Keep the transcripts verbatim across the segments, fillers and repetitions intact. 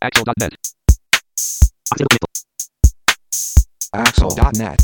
axel ドットネット アクセル ドットネッ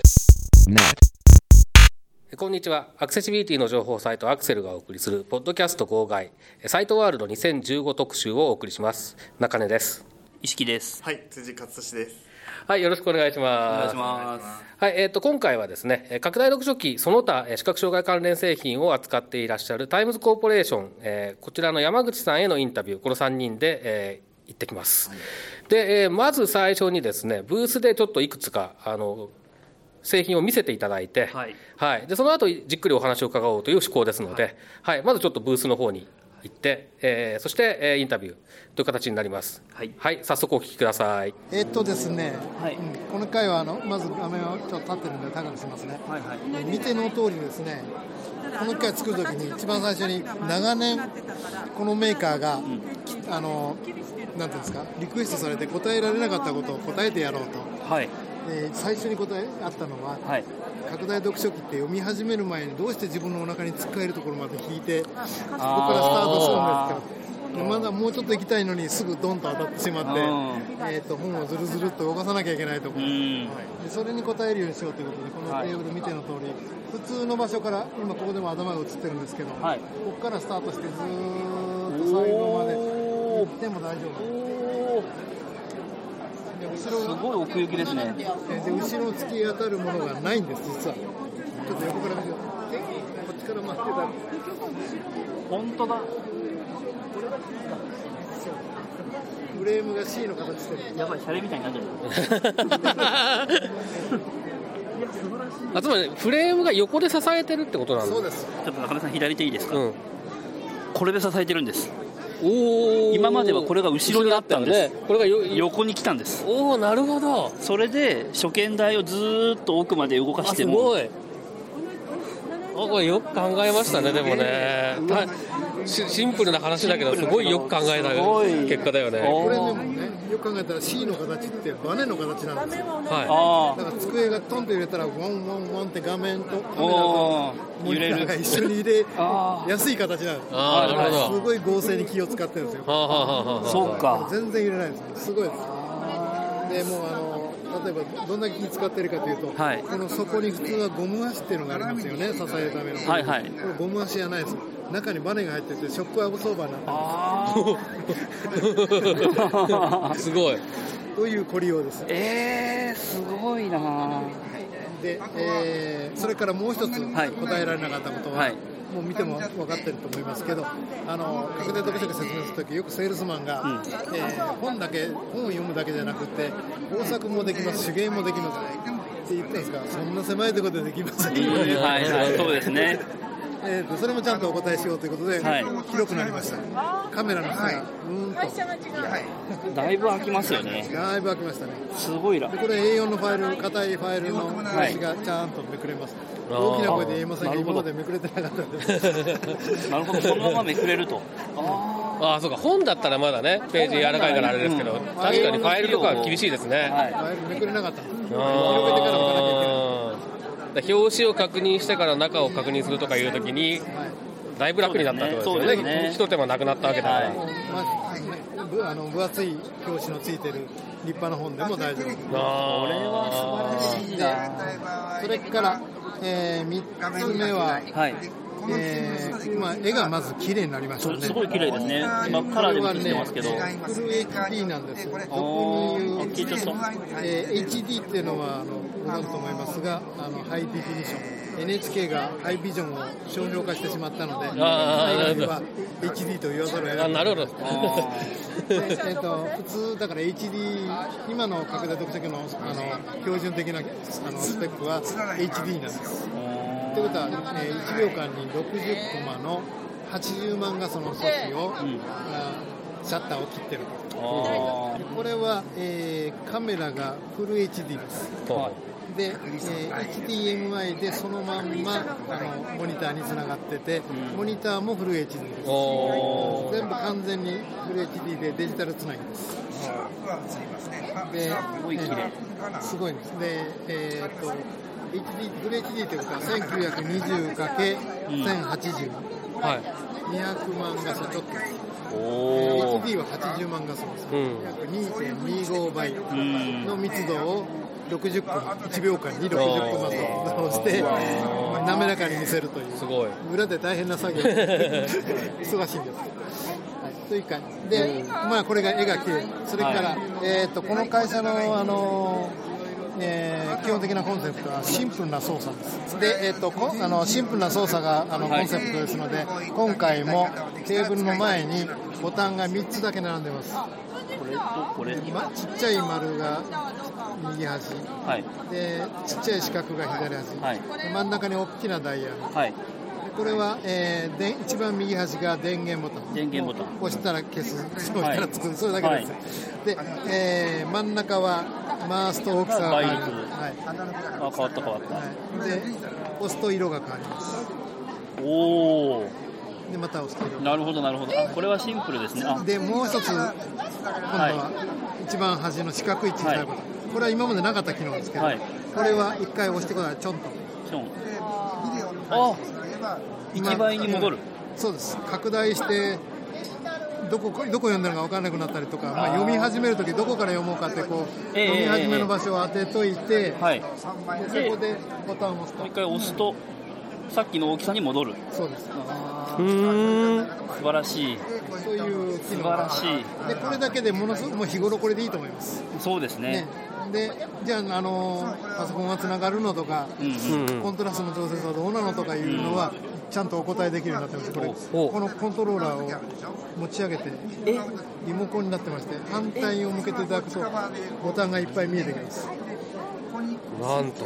トこんにちは。アクセシビリティの情報サイトアクセルがお送りするポッドキャスト号外サイトワールドにせんじゅうご特集をお送りします。中根です。 石木です。 はい、辻勝利です。 はい、よろしくお願いします。 お願いします。 はい、えー、と今回はですね、拡大読書機その他視覚障害関連製品を扱っていらっしゃるタイムズコーポレーション、えー、こちらの山口さんへのインタビュー、このさんにんで、えー、行ってきます。はい、で、えー、まず最初にですね、ブースでちょっといくつかあの製品を見せていただいて、はいはい、でその後じっくりお話を伺おうという趣向ですので、はいはい、まずちょっとブースの方に行って、えー、そして、えー、インタビューという形になります。はい、はい、早速お聞きください。 えーっとですね、はい、うん、この回はあのまず画面をちょっと立ってるんで高くしますね。はいはい、えー、見ての通りですね、この機械作るときに一番最初に長年このメーカーが、うん、あのなんていうんですか、リクエストされて答えられなかったことを答えてやろうと。はい、えー、最初に答えあったのは、はい、拡大読書機って読み始める前にどうして自分のお腹に突っかえるところまで引いてそこからスタートするんですか。まだもうちょっと行きたいのにすぐドンと当たってしまって、えー、と本をずるずるっと動かさなきゃいけないところ、はい、でそれに答えるようにしようということでこのテーブル見ての通り、はい、普通の場所から今ここでも頭が映ってるんですけど、はい、ここからスタートしてずーっと最後まで行っても大丈夫。 すごい奥行きですね。 で後ろ突き当たるものがないんです実は。ちょっと横から見てこっちから待ってたら本当だ。 フレームが C の形してる。 やばい、シャレみたいになってる。 あ、つまりフレームが横で支えてるってことなんですか。 そうです。 ちょっと中根さん左手いいですか、うん、これで支えてるんです。 お今まではこれが後ろにあったんです、ね、これがよ横に来たんです。 おお、なるほど。 それで初見台をずーっと奥まで動かしても、 すごい。あ、これよく考えましたね。でもね、シンプルな話だけどすごいよく考えた結果だよね。 これでもね、よく考えたら C の形ってバネの形なんですよ。はい。だから机がトンって入れたらワンワンワンって画面とカメラとモニターが一緒に入れやすい形なんです。 ああ、なるほど。 すごい合成に気を使ってるんですよ。 はあはあはあ、 そうか。 全然入れないんです。すごいです。でもうあの例えばどんだけ気使ってるかというと、はい、この底に普通はゴム足っていうのがありますよね、支えるための。はいはい。これゴム足じゃないです。中にバネが入っててショックアブソーバーになってます。 すごい。 という凝りようです。 えー、すごいな。 で、えー、それからもう一つ答えられなかったことは、はい、もう見ても分かってると思いますけど、あの拡大読書機説明するときよくセールスマンが、うん、えー、本だけ本を読むだけじゃなくて工作もできます、手芸もできますって言ったんですが、そんな狭いところでできますよね。 はいはい、そうですね。 えー、とそれもちゃんとお答えしようということで、はい、広くなりました。カメラの下がうーんと、 はい、だいぶ開きますよね。 だいぶ開きましたね。 すごいな。 でこれ エーよん のファイル、硬いファイルの端がちゃんとめくれます。はい、大きな声で言えませんが今までめくれてなかったです。 なるほど、そのままめくれると。 ああ、そうか。本だったらまだねページ柔らかいからあれですけど、うん、確かにファイルとかは厳しいですね。 はい、ファイルめくれなかった。広げてから置かなきゃいけない。 表紙を確認してから中を確認するとかいうときに、はい、だいぶ楽になったってことですよね。一手間なくなったわけだから、はい、 まあ、あの分厚い表紙のついてる立派な本でも大丈夫。これは素晴らしいな。 それから、えー、みっつめは、はい、えーまあ、絵がまず綺麗になりましたね。 すごい綺麗ですね。今カラーでも見てますけど、 フル エイチディー なんです。俗に言う、えー、エイチディー っていうのはあのご存知と思いますが、あのハイディフィニション、 エヌエイチケー がハイビジョンを商標化してしまったので、最後には エイチディー と言わざるを得ない。 なるほど。 えー、と普通だから エイチディー、 今の拡大読書機の、あの標準的なあのスペックは エイチディー なんです。ということは、えー、いちびょうかんにろくじゅっコマのはちじゅうまん画素の素子を、うん、シャッターを切ってると。これは、えー、カメラがフル エイチディー です。で、えー、エイチディーエムアイ でそのまんまあのモニターにつながってて、うん、モニターもフル エイチディー です。全部完全にフル エイチディー でデジタルつなぎです。で、すごい綺麗。すごいんです。で、えー、っとエイチディー、フル エイチディー ということは せんきゅうひゃくにじゅうかけるせんはちじゅう、はい、にひゃくまん画素ちょっとです。 エイチディー ははちじゅうまん画素です、うん、約 にてんにご 倍の密度をろくじゅっぷんいちびょうかんにろくじゅっぷんまで直して滑らかに見せるという、 すごい裏で大変な作業忙しいんです、はい、というかで、まあ、これが絵が綺麗、それから、はい、えー、とこの会社の、あのえー、基本的なコンセプトはシンプルな操作です。で、えー、とこあのシンプルな操作があのコンセプトですので、今回もテーブルの前にボタンがみっつだけ並んでます。 これとこれ、 ま、ちっちゃい丸が右端、はい、でちっちゃい四角が左端、はい、真ん中に大きなダイヤル、はい、でこれは、えー、で一番右端が電源ボタン、 電源ボタン押したら消す、押したらつく、はい、それだけです、はい、で、えー、真ん中は回すと大きさが変わります、はい、 あ、変わった変わった、 はい、で押すと色が変わります。 おお、 でまた押すと色、 なるほどなるほど、あ、これはシンプルですね。あでもう一つ今度は一番端の四角い小さいボタン、はい、これは今までなかった機能ですけど、はい、これは一回押してください、ちょんとちょん、あ、いちばいに戻る、 そうです、拡大してどこ、どこ読んでるのか分からなくなったりとか、まあ、読み始めるときどこから読もうかってこう、えー、読み始めの場所を当てといて、はい、でそこでボタンを押すともう一回押すとさっきの大きさに戻る。 そうです。 うーん、素晴らしい。 そういう機能、 素晴らしい。 でこれだけでものすごくもう日頃これでいいと思います。 そうですね。ね、 でじゃあ、あのパソコンがつながるのとか、うんうん、コントラストの調節はどうなのとかいうのは、うん、ちゃんとお答えできるようになってます。これこのコントローラーを持ち上げてリモコンになってまして、反対を向けていただくとボタンがいっぱい見えてきます。 なんと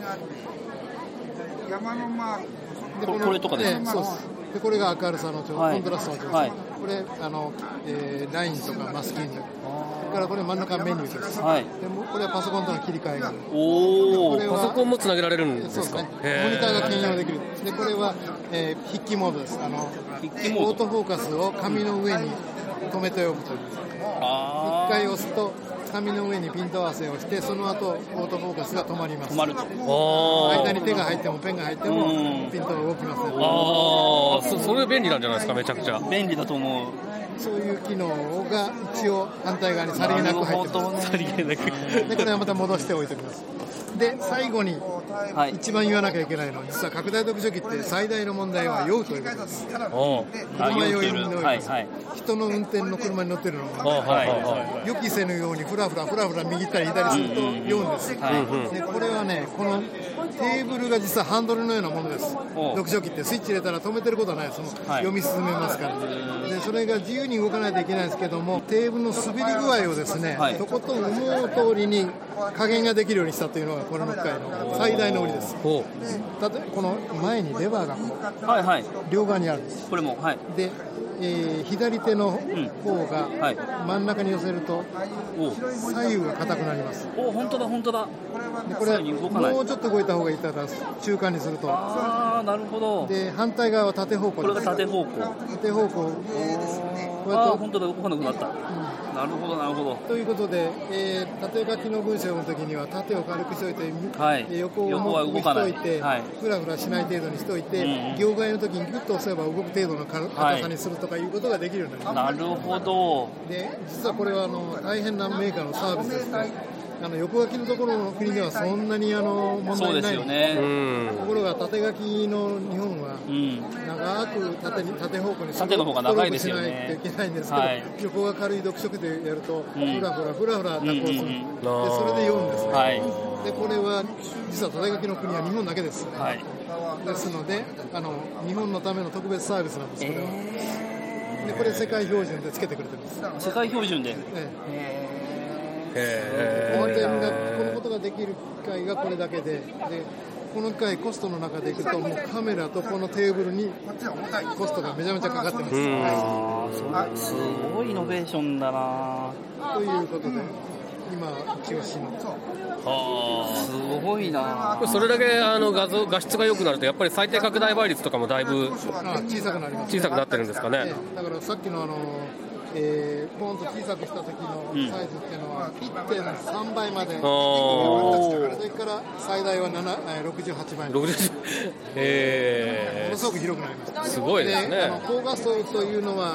でこ, これとかですね、 そうです。でこれが明るさの調整、はい、コントラストの調整、はい、これあの、えー、ラインとかマスキング、それからこれ真ん中メニューです、はい、でもこれはパソコンとの切り替えがある。 おー、パソコンもつなげられるんですか。 そうですね、モニターが兼用できる。でこれは、えー、筆記モードです。あの筆記モード、オートフォーカスを紙の上に止めておくという。一回押すと紙の上にピント合わせをして、その後オートフォーカスが止まります。 止まると。 間に手が入ってもペンが入ってもピントが動きません。 ああ、そ, それ便利なんじゃないですか。めちゃくちゃ便利だと思う。 そういう機能が一応反対側にさりげなく入ってます。さりげなくでこれはまた戻しておいておきます。で最後に一番言わなきゃいけないのは、実は拡大読書機って最大の問題は酔うということです。車酔いに乗ります、はいはい、人の運転の車に乗ってるのが、はいはい、予期せぬようにフラフラフラフラ右行ったり左すると酔うんです、はい、でこれはね、このテーブルが実はハンドルのようなものです。読書機ってスイッチ入れたら止めてることはないです。その、はい、読み進めますから。でそれが自由に動かないといけないんですけども、テーブルの滑り具合をですね、はい、とことん思う通りに加減ができるようにしたというのがこれの機械の最大の売りです。たとこの前にレバーがこう、はいはい、両側にあるんです。 これも、はい、 で、えー、左手の方が真ん中に寄せると左右が硬くなります。 お、本当だ本当だ。 でこれもうちょっと動いた方がいいたら中間にすると、 ああ、なるほど。 で反対側は縦方向です。 これが縦方向。 縦方向。 ああ、本当だ、動かなくなった、うん、なるほどなるほど。 ということで、えー、縦書きの文章の時には縦を軽くしておいて、はい、横を重くしておいて、はい、フラフラしない程度にしておいて、うん、行外の時にギュッと押せば動く程度の硬さにするとかいうことができるようになります。 なるほど。 で実はこれはあの大変なメーカーのサービスですね。あの横書きのところの国ではそんなにあの問題ない。そうですよね。ところが縦書きの日本は長く縦に縦方向に縦の方が長いですよね。 しないといけないんですけど、はい、横が軽い読書機でやるとフラフラフラフラ蛇行する、うんうんうん、でそれで読むんですね、はい、でこれは実は縦書きの国は日本だけです、はい、ですのであの日本のための特別サービスなんですけど、えー、でこれ世界標準でつけてくれてます。 世界標準で、 えーへこの点がこのことができる機械がこれだけで、でこの機械コストの中でいくともうカメラとこのテーブルにコストがめちゃめちゃかかってます。 あ、すごいイノベーションだなということで今一押しのはあ、すごいな。 それだけあの画像画質が良くなるとやっぱり最低拡大倍率とかもだいぶ小さくなります、 小さくなってるんですかね。 だからさっきのあのえー、ポンと小さくした時のサイズっていうのは いってんさん 倍まで、うん、それから最大はろくじゅうはちばい、えー、ものすごく広くなりました。 すごいですね。 であの高画素というのは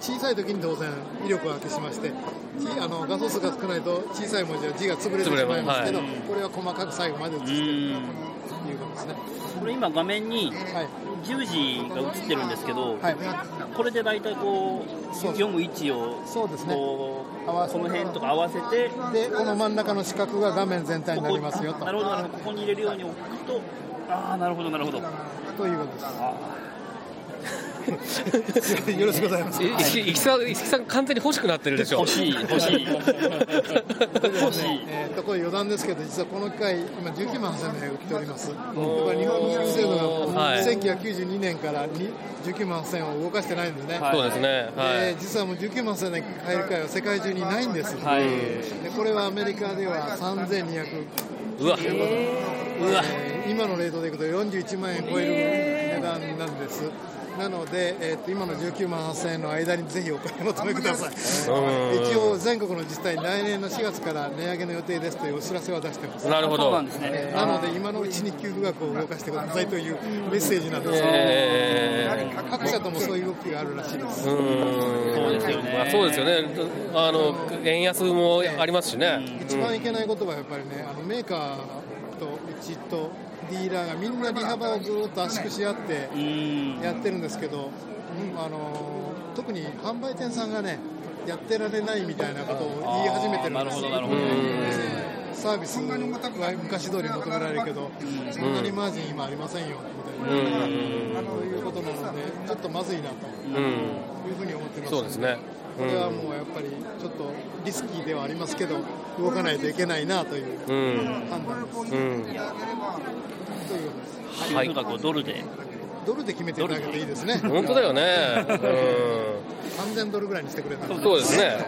小さい時に当然威力を発揮しまして、あの画素数が少ないと小さい文字は字が潰れてしまいますけど、はい、これは細かく最後まで写しているということですね。 これ今画面に十字が映ってるんですけど、はい、これで大体こう読む位置をそうですね、 こうこの辺とか合わせて、 でこの真ん中の四角が画面全体になりますよと。 なるほどなるほど、ここに入れるように置くと、ああなるほどなるほどということです。よろしくございます。 石木さん、石木さん完全に欲しくなってるでしょ。 欲しい欲しい欲しい。 えー、とこれ余談ですけど、実はこの機械今じゅうきゅうまんせんめい売っております。やっぱり日本の制度がせんきゅうひゃくきゅうじゅうにねんからじゅうきゅうまんせんを動かしてないんですね。 そうですね。 はい、実はもうじゅうきゅうまんせんで買える機械は世界中にないんです。はい、でこれはアメリカではさんぜんにひゃく。 うわ。 うわ。今のレートでいくとよんじゅういちまんえん超える値段なんです。なので、えー、と今のじゅうきゅうまんはっせんえんの間にぜひお買い求めください。一応全国の自治体に来年のしがつから値上げの予定ですというお知らせは出してます。 なるほど。 なので今のうちに給付額を動かしてくださいというメッセージなんですけど、えー、各社ともそういう動きがあるらしいです。 うんそうですよね。まあ、そうですよね。あの円安もありますしね。 一番いけないことはやっぱりね、あのメーカーとうちとディーラーがみんな利幅をずっと圧縮し合ってやってるんですけど、あの特に販売店さんがねやってられないみたいなことを言い始めてるんです。サービスは昔通り求められるけど、そんなにマージン今ありませんよみたいな、そういうことなのでちょっとまずいなというふうに思ってます。 そうですね。 これはもうやっぱりちょっとリスキーではありますけど動かないといけないなという判断です。うんうん、ということです。 はい、ドルでドルで決めていただけていいですね。 本当だよね。うん、 さんぜんドルぐらいにしてくれたら。 そうですね。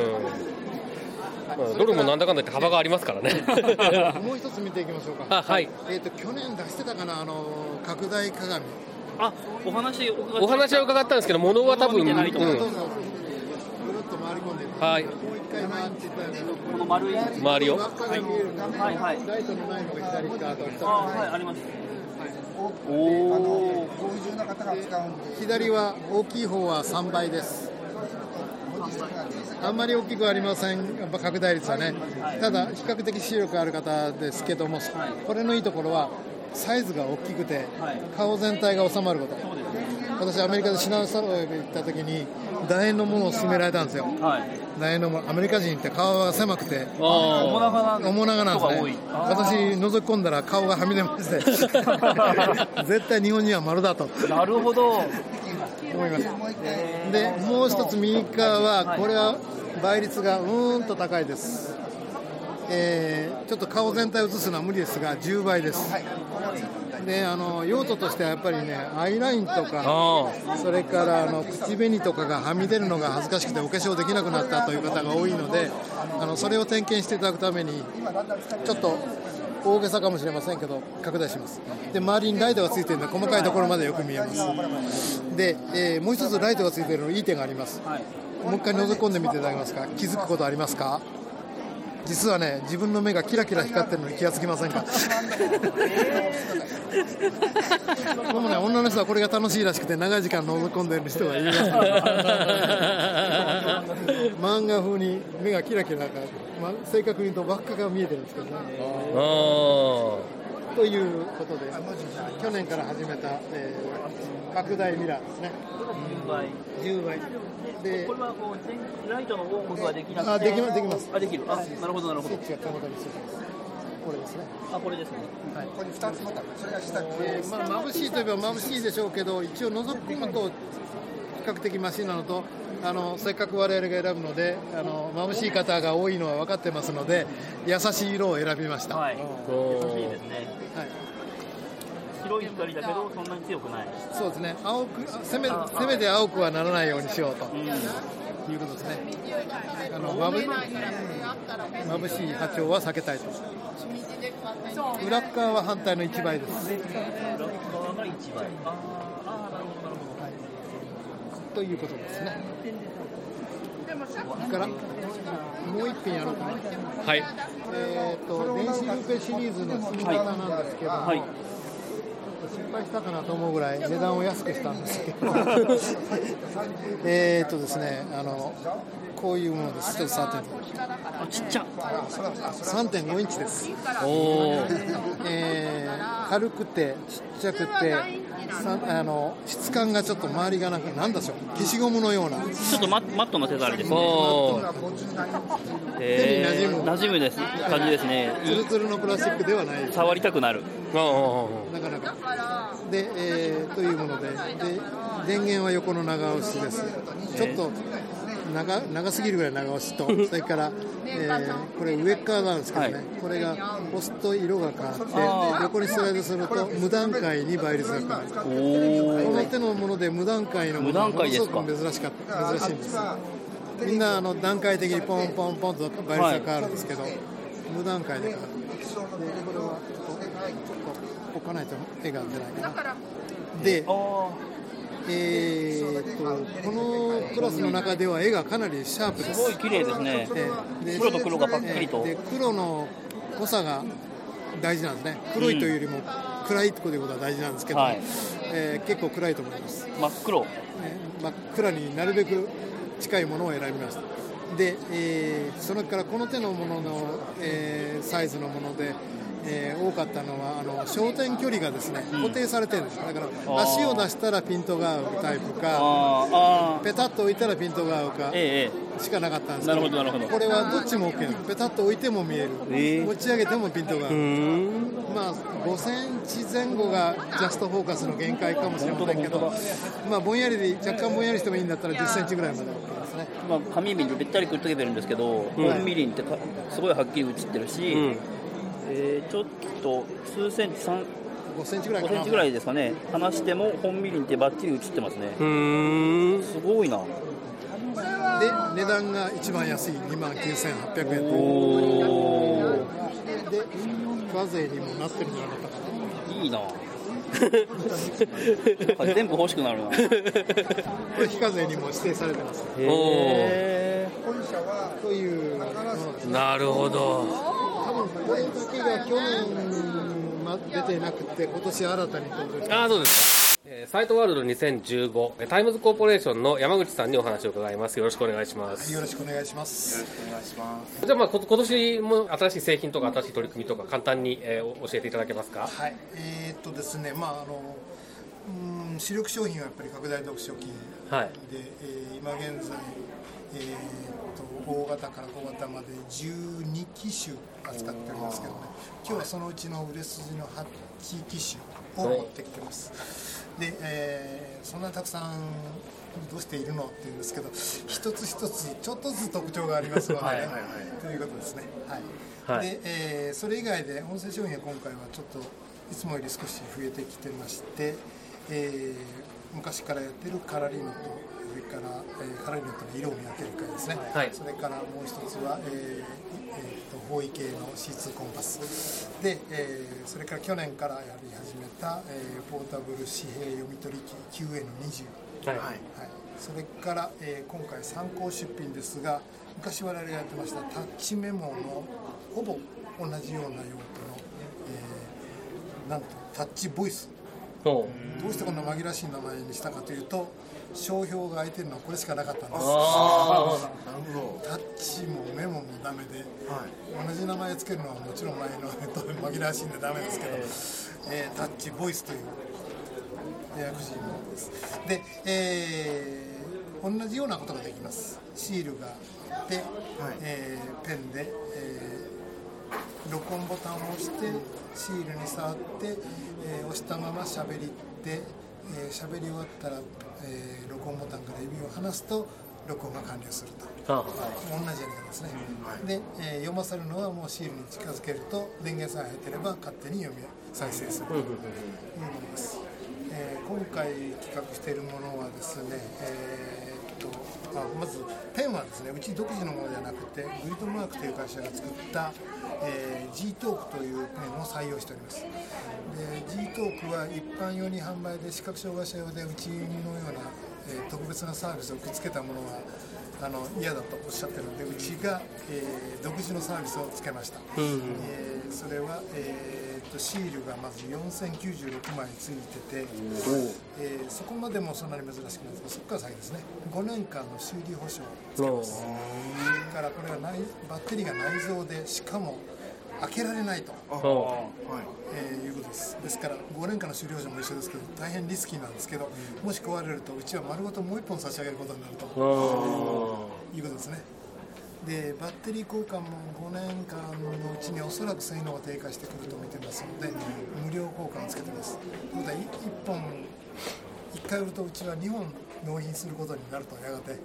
うん、ドルもなんだかんだ言って幅がありますからね。 もう一つ見ていきましょうか。 あ、はい。 えっと去年出してたかな、あの拡大鏡。 あ、お話お話は伺ったんですけど、物は多分、うん、ぐるっと回り込んで、 はい。 もう一回回っていただいて、 この丸い周りを、 はいはい、ライトのないのが左側と、 あ、はい、あります。 おお。左は大きい方はさんばいです。あんまり大きくありません、やっぱ拡大率はね。ただ比較的視力ある方ですけども、これのいいところはサイズが大きくて顔全体が収まること。私アメリカで品揃えに行った時に楕円のものを勧められたんですよ。楕円のもの、アメリカ人って顔が狭くて面長なんですね。私覗き込んだら顔がはみ出まして絶対日本人は丸だと。 なるほど思いました。でもう一つ右側はこれは倍率がうーんと高いです。えー、ちょっと顔全体を映すのは無理ですがじゅうばいです。であの用途としてはやっぱりねアイラインとかそれからあの口紅とかがはみ出るのが恥ずかしくてお化粧できなくなったという方が多いので、あのそれを点検していただくためにちょっと大げさかもしれませんけど拡大します。で周りにライトがついているので細かいところまでよく見えます。で、えー、もう一つライトがついているのいい点があります。もう一回覗き込んでみていただけますか。気づくことありますか。実はね自分の目がキラキラ光ってるのに気がつきませんか。でもね女の人はこれが楽しいらしくて長い時間覗き込んでる人がいます。漫画風に目がキラキラ、まあ、正確に言うと輪っかが見えてるんですけどね。ということで去年から始めた、えー、拡大ミラーですね。じゅうばいでこれはこうライトのオンオフはできなくて、 あできますできます。 あできる。あなるほどなるほど。 スイッチがこの中についてます。これですね。 あこれですね。 はい。ここにふたつボタン。それが下。えー、まあ眩しいといえば眩しいでしょうけど、一応覗き込むと比較的マシなのと、あのせっかく我々が選ぶので、あの眩しい方が多いのは分かってますので、優しい色を選びました。 はい。優しいですね。はい。白い光だけどそんなに強くない。 そうですね。青くせめせめて青くはならないようにしようと、うん、いうことですね。あのまぶ眩しい波長は避けたいと。裏側は反対のいちばいです。 裏側がいちばい。ああなるほどなるほど。はい。 ということですね。それからもう一品やろうかな。 はい。 えっ、ー、と電子ルーペシリーズの新型なんですけども。はいはい、 失敗したかなと思うぐらい値段を安くしたんですけどえっとですねあのこういうものです。ちょっと触ってみて。 あ、ちっちゃさんてんご インチです。 おお、 えー、軽くてちっちゃくてさあの質感がちょっと周りがなんかなんだしょう、消しゴムのようなちょっと マ, マットな手触りですね。 おえー、 手に馴染む馴染むです感じですね。 ツルツルのプラスチックではない、 触りたくなる。 なかなかで、えー、というもので、で電源は横の長押しです。ちょっと長, 長すぎるぐらい長押しとそれから、えー、これ上側があるんですけどね、はい、これが押すと色が変わって横にスライドすると無段階に倍率が変わる。この手のもので無段階のものはものすごく珍しかった珍しいんです。みんなあの段階的にポンポンポンと倍率が変わるんですけど、はい、無段階で変わる。でこれはちょっと置かないと絵が出ないかな。でえー、とこのクラスの中では絵がかなりシャープです。 すごい綺麗ですね。で黒と黒がパッキリと、 で黒の濃さが大事なんですね。黒いというよりも暗いということは大事なんですけど、はい、えー、結構暗いと思います。 真っ黒、 ね、真っ暗になるべく近いものを選びました。で、えー、それからこの手のものの、えー、サイズのものでえー、多かったのはあの焦点距離がですね、固定されてるんです。だから足を出したらピントが合うタイプか、ペタッと置いたらピントが合うかしかなかったんですけど、 なるほどなるほど、 これはどっちも OK なの。ペタッと置いても見える、えー、持ち上げてもピントが合う。まあごセンチぜん後がジャストフォーカスの限界かもしれませんけど、まあぼんやりで若干ぼんやりしてもいいんだったらじゅっセンチぐらいまで OK ですね。 まあ紙面でべったりくっつけてるんですけど、本ミリンってかすごいはっきり映ってるし、うん、えー、ちょっと数センチ、 ごセンチぐらいかな、 ごセンチぐらいですかね、離しても本ミリンってバッチリ映ってますね。うーん、すごいな。 で値段が一番安いにまんきゅうせんはっぴゃくえんで、非課税にもなってるんじゃなかったかな。 いいな全部欲しくなるなこれ非課税にも指定されてます。 へー、というものですね。 なるほど。 多分これだけが去年出ていなくて今年新たに登場して。 ああ、そうですか。えー、サイトワールドにせんじゅうごタイムズコーポレーションの山口さんにお話を伺います。よろしくお願いします。 はい、よろしくお願いします。 よろしくお願いします。 じゃあ、まあ今年も新しい製品とか新しい取り組みとか簡単に、えー、教えていただけますか。 はい、えー、っとですね、まああのうん主力商品はやっぱり拡大読書機で、はい、えー、今現在、えー、っと大型から小型までじゅうにきしゅ扱っておりますけどね、今日はそのうちの売れ筋のはちきしゅを持ってきてます。で、えー、そんなたくさんどうしているのって言うんですけど、一つ一つちょっとずつ特徴がありますので、ね、はいはいはい、ということですね。はいはい、で、えー、それ以外で音声商品は今回はちょっといつもより少し増えてきてまして、えー、昔からやってるカラーリノと、それから、えー、カラーリノとの色を見分ける会ですね、はい、それからもう一つは、えーえー、と方位系の シーツー コンパスで、えー、それから去年からやり始めた、えー、ポータブル紙幣読み取り機 キューエヌにじゅう、はいはい、それから、えー、今回参考出品ですが、昔我々がやってましたタッチメモのほぼ同じような用途の、えー、なんとタッチボイス、どうしてこんな紛らわしい名前にしたかというと、商標が空いてるのはこれしかなかったんです。あ、なるほど。タッチもメモもダメで、はい、同じ名前つけるのはもちろん前の紛らわしいんでダメですけど、えー、タッチボイスという訳詞ものです。で、えー、同じようなことができます。シールがあって、はい、えー、ペンで、えー、録音ボタンを押してシールに触って、えー、押したまま喋りって、えー、喋り終わったら、えー、録音ボタンから指を離すと録音が完了すると、はあ、同じやり方ですね、はい、で、えー、読ませるのはもうシールに近づけると電源さえ入ってれば勝手に読み再生するというものです、えー、今回企画しているものはですね、えー、っとあまずペンはですね、うち独自のものではなくてグリッドマークという会社が作った、えー、G トークというペンを採用しております。で G トークは一般用に販売で視覚障害者用でうちのような、えー、特別なサービスをくっつけたものはあの嫌だとおっしゃってるので、うちが、えー、独自のサービスをつけました、うんうん、えーー、それは、えー、とシールがまずよんせんきゅうじゅうろくまいついてて、えー、そこまでもそんなに珍しくないですけど、そこから先ですね、ごねんかんの修理保証をつけます。だからこれが内バッテリーが内蔵で、しかも開けられないと、えー、いうことです。ですからごねんかんの修理保証も一緒ですけど、大変リスキーなんですけど、もし壊れるとうちは丸ごともういっぽん差し上げることになるということですね。でバッテリー交換もごねんかんのうちにおそらく性能が低下してくると見てますので、無料交換をつけてます。ということはいっぽんいっかい売るとうちはにほん納品することになると、やがていう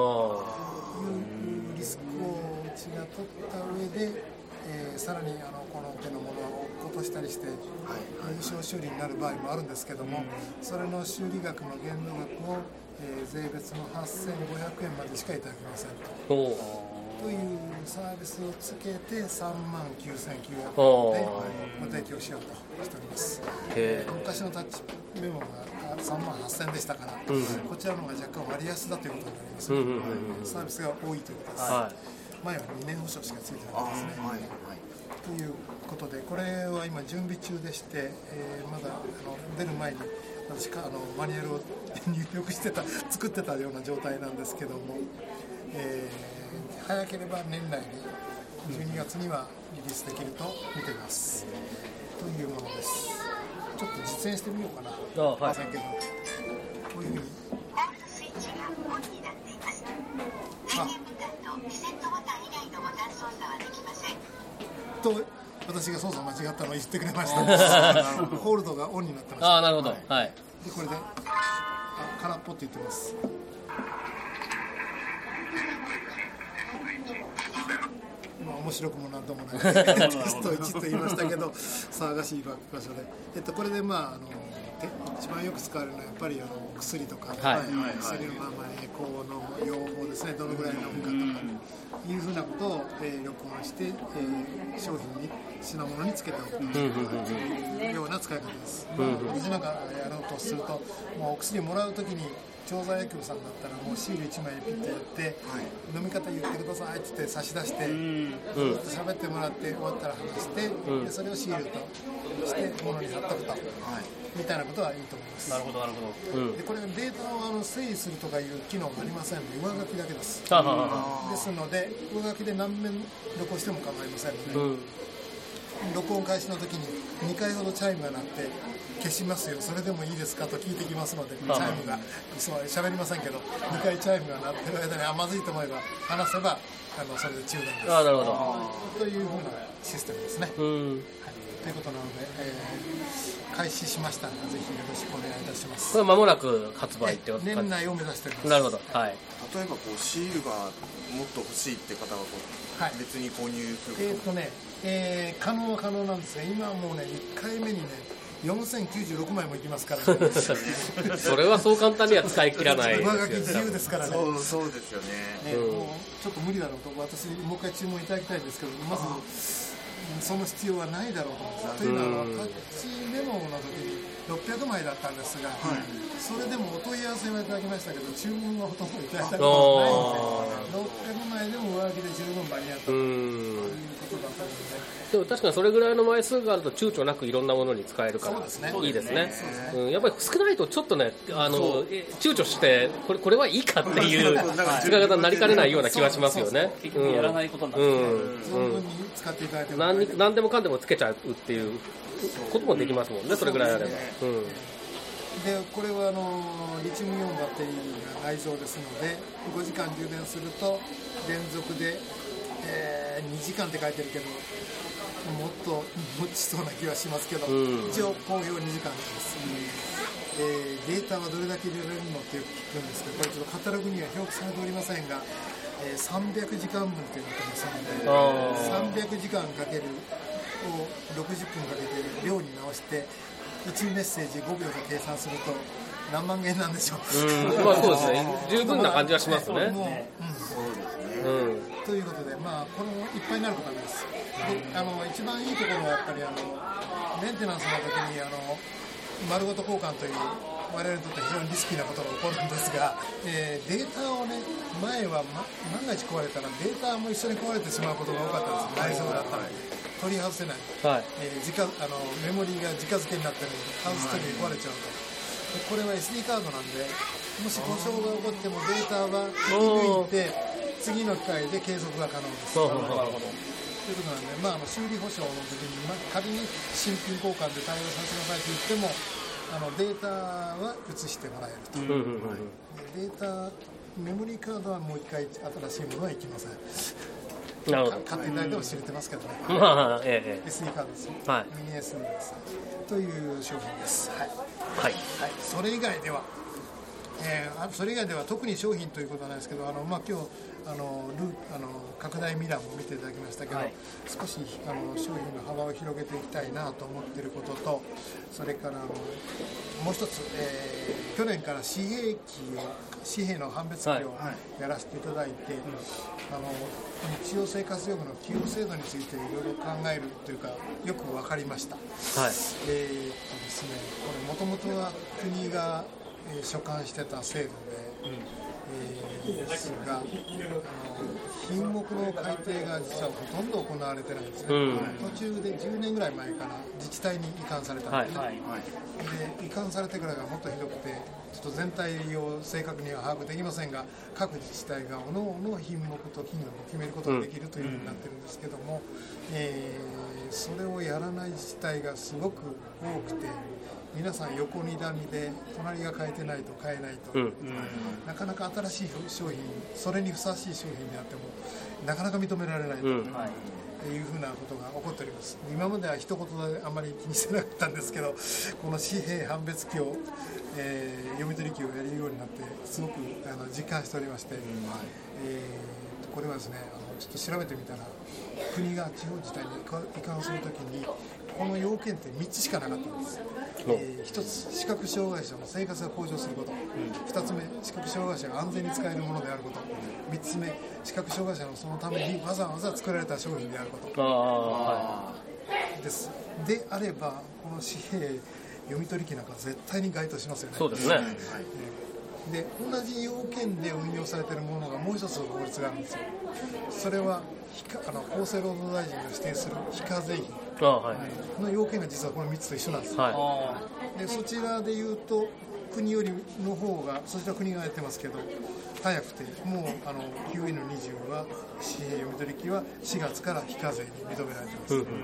リスクをうちが取った上で、えー、さらにあのこの手のものを落っことしたりして、有償修理になる場合もあるんですけども、それの修理額の限度額を、えー、税別のはっせんごひゃくえんまでしかいただけませんと。というサービスをつけてさんまんきゅうせんきゅうひゃくえんでご提供しようとしております。昔のタッチメモがさんまんはっせんでしたから、うん、こちらの方が若干割安だということになります、うんうんうん、サービスが多いということです、はい、前はにねん保証しかついてなかったですね、はいはい、ということで、これは今準備中でして、えー、まだあの出る前に私かあのマニュアルを入力してた作ってたような状態なんですけども、えー、早ければ年内にじゅうにがつにはリリースできると見ています、というものです。ちょっと実演してみようかな。あ、はい、けどこういうふうにスイッチがオンになっています。電源ボタンとリセットボタン以外のボタン操作はできませんと、私が操作間違ったのを言ってくれましたホールドがオンになってました。 あ、なるほど、はいはい、 でこれであ空っぽって言ってます。面白くもなんともないテストいちと言いましたけど騒がしい場所で、えっと、これでまああの一番よく使われるのはやっぱりあの薬とか、はい、薬のままエコーの用法ですね、どのぐらい飲むかとかいうふうなことを、えー、録音して、えー、商品に品物につけておくというような使い方です。私、うん、なんかやろうとすると、もうお薬もらうときに調剤薬局さんだったらもうシールいちまいピッてやって、はい、飲み方言ってくださいって言って差し出して、うん、ずっと喋ってもらって終わったら話して、うん、でそれをシールとして物に貼っとくと、はい、みたいなことはいいと思います。 なるほどなるほど、うん、でこれデータをあの整理するとかいう機能がありませんので、上書きだけです。ですので上書きで何面録音しても構いませんので、うん、録音開始の時ににかいほどチャイムが鳴って消しますよ、それでもいいですかと聞いてきますので、チャイムがそう喋りませんけどにかいチャイムが鳴ってる間にあまずいと思えば話せばあのそれで中断です。 あ、なるほど、 というふうなシステムですね。うん、はい、ということなので、えー、開始しましたのでぜひよろしくお願いいたします。 これ間もなく発売ってことですか？年内を目指しております。 なるほど、はい、 例えばこうシールがもっと欲しいって方がこう、はい、別に購入すること、 えーっとねえー、可能は可能なんですが、今はもうねいっかいめにねよんせんきゅうじゅうろくまいもいきますから、ね、 それはそう簡単には使い切らないですよね。 上書き自由ですからね。 そう、そうですよね、 ね、うん、もうちょっと無理だろうと、私もう一回注文いただきたいですけど、まずその必要はないだろうと思います。というのはタッチメモの時にろっぴゃくまいだったんですが、はい、それでもお問い合わせはいただきましたけど注文はほとんどいただいたことがないので、ろっぴゃくまいでも上書きで十分間に合ったということだったので、 でも確かにそれぐらいの枚数があると躊躇なくいろんなものに使えるからいいですね。うん、やっぱり少ないとちょっとね、あの躊躇してこれこれはいいかっていう使い方になりかねないような気はしますよね。 結局やらないことになって、 存分に使っていただければ、 何何でもかんでもつけちゃうっていうこともできますもんね。それぐらいあれば。うん、 でこれはあのリチウムイオンバッテリーが内蔵ですので、ごじかん充電すると連続で、えー、にじかんって書いてるけどもっと持ちそうな気はしますけど、うん、一応工業にじかんです、うん、えー、データはどれだけ入れられるのって聞くんですけど、これちょっとカタログには表記されておりませんが、えー、さんびゃくじかんぶんってなってますので、さんびゃくじかんかけるをろくじゅっぷんかけて量に直していちメッセージごびょうで計算すると何万円なんでしょう。 うん、まあそうですね、十分な感じはしますね。もう、 うん、そうですね、うん、ということで、まあこれもいっぱいになることです。であの一番いいところはやっぱりあのメンテナンスの時にあの丸ごと交換という我々にとって非常にリスキーなことが起こるんですが、えー、データをね、前は、ま、万が一壊れたらデータも一緒に壊れてしまうことが多かったです。内蔵だったので。 取り外せない、 はいえー、直あのメモリーが直付けになってるので外すときに壊れちゃうと、でこれは エスディー カードなんで、もし故障が起こってもデータは抜いて次の機械で継続が可能です。 そうそうそうということなんで、まあ、あの修理保証の時に、まあ、仮に新品交換で対応させてくださいと言っても、あのデータは移してもらえると、うんうんうん、データメモリーカードはもう一回新しいものはいきません。なるほど。買っていただいても知れてますけどね、 まあええ、 エスディー カードですよ、 はい、 ミニ エスディー ですという商品です。はい、 はいはい、それ以外では、えー、それ以外では特に商品ということはないですけど、あの、まあ、今日あのルあの拡大ミラーも見ていただきましたけど、はい、少しあの商品の幅を広げていきたいなと思っていることと、それからあのもう一つ、えー、去年から紙幣機を紙幣の判別機をやらせていただいて、はい、あの日用生活用具の給付制度についていろいろ考えるというかよく分かりました。はい、えーっとですね、これもともとは国が、えー、所管してた制度で、うんえー、ですが、あの品目の改定が実はほとんど行われてないんですね、うん、途中でじゅうねんぐらい前から自治体に移管されたんですね、はいはい、で移管されてからがもっとひどくて、ちょっと全体を正確には把握できませんが、各自治体がおのおの品目と金額を決めることができるというふうになってるんですけども、うんえー、それをやらない自治体がすごく多くて、皆さん横にらみで隣が買えてないと買えないと、うん、なかなか新しい商品、それにふさわしい商品であってもなかなか認められないと、うん、いうふうなことが起こっております。今までは一言であまり気にしてなかったんですけど、この紙幣判別機を、えー、読み取り機をやるようになってすごくあの実感しておりまして、うんえー、これはですね、あのちょっと調べてみたら、国が地方自治体に移管するときにこの要件ってみっつしかなかったんです。えー、ひとつ、視覚障害者の生活が向上すること、ふたつめ、視覚障害者が安全に使えるものであること、みっつめ、視覚障害者のそのためにわざわざ作られた商品であること、あです。であれば、この紙幣読み取り機なんか絶対に該当しますよね。 そうですね。 で、同じ要件で運用されているものがもう一つ法律があるんですよ。それはあの厚生労働大臣が指定する非課税品、ああ、はい、この要件が実はこのみっつと一緒なんですよ、はい、でそちらでいうと国よりの方が、そちら国がやってますけど早くて、もうあの キューエヌにじゅう は紙幣読み取り機はしがつから非課税に認められています、うん、で、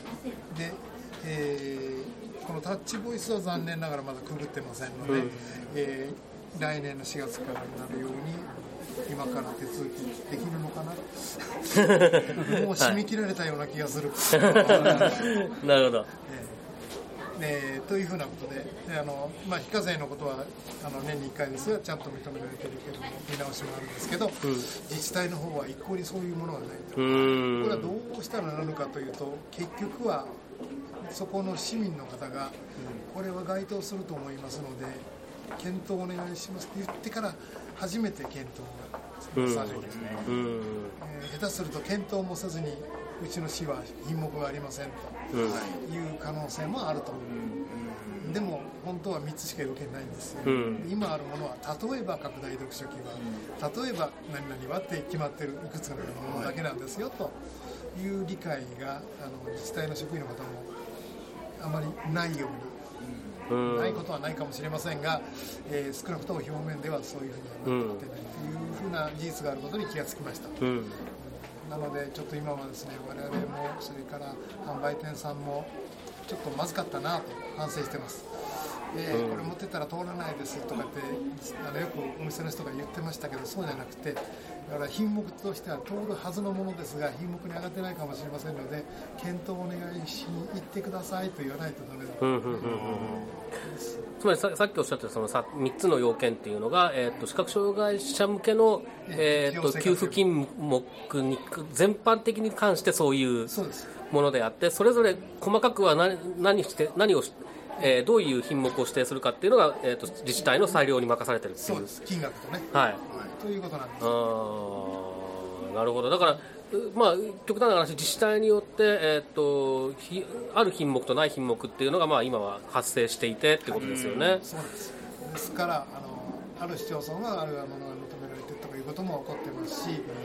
えー、このタッチボイスは残念ながらまだくぐってませんので、うんえー、来年のしがつからになるように今から手続きできるのかなもう締め切られたような気がするなるほど、 えー、というふうなことで、であの、まあ、非課税のことはあの年にいっかいですがちゃんと認められているけども見直しもあるんですけど、うん、自治体の方は一向にそういうものがないと。これはどうしたらなるかというと、結局はそこの市民の方がこれは該当すると思いますので検討お願いしますと言ってから初めて検討がされる、うんうんえー、下手すると検討もせずにうちの市は品目がありませんという可能性もあると、うん、でも本当はみっつしか要件ないんですよ、うん、今あるものは例えば拡大読書機は、うん、例えば何々はって決まってるいくつかのものだけなんですよという理解があの自治体の職員の方もあまりないようにないことはないかもしれませんが、えー、少なくとも表面ではそういうふうにはなっていないというふうな事実があることに気がつきました、うん、なのでちょっと今はですね我々もそれから販売店さんもちょっとまずかったなと反省してます、えーうん、これ持ってったら通らないですとかってあのよくお店の人が言ってましたけど、そうじゃなくてだから品目としては通るはずのものですが品目に上がってないかもしれませんので検討をお願いしに行ってくださいと言わないとダメだと、うんうんうんうん、 つまり さ, さっきおっしゃったそのさみっつの要件っていうのが、えー、と視覚障害者向けの、えー、と給付金目に全般的に関してそういうものであって、それぞれ細かくは 何, 何, して何をえー、どういう品目を指定するかっていうのが、えー、と自治体の裁量に任されてるっていう。 そうです、金額とね、 はい、 ということなんです。 あ、なるほど。だから、まあ、極端な話自治体によって、えー、とある品目とない品目っていうのが、まあ、今は発生していてってことですよね、はい、 そうです。ですからあのある市町村はあるものが認められているということも起こってますし、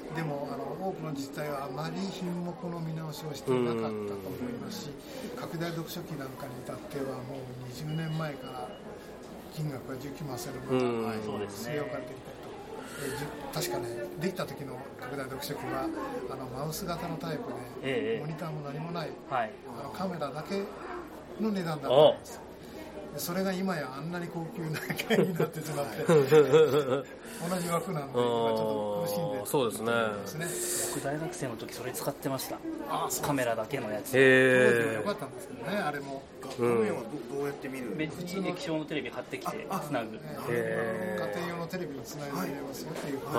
でもあの多くの自治体はあまり品目の見直しをしていなかったと思いますし、拡大読書機なんかに至ってはもうにじゅうねんまえから金額がじゅうきゅうまんせんろっぴゃくまん円据え置かれていたと。確かね、できた時の拡大読書機はあのマウス型のタイプで、モニターも何もない、はい、あのカメラだけの値段だったんです。それが今やあんなに高級な機械になってしまって同じ枠なんで今ちょっと苦しんでる。 そうですね。 僕大学生の時それ使ってました。カメラだけのやつ。 へえ。よかったんですけどね、あれも。 画面はどうやって見るの？ 別に液晶のテレビ買ってきてつなぐ。 家庭用のテレビにつないで見れますよっていうこと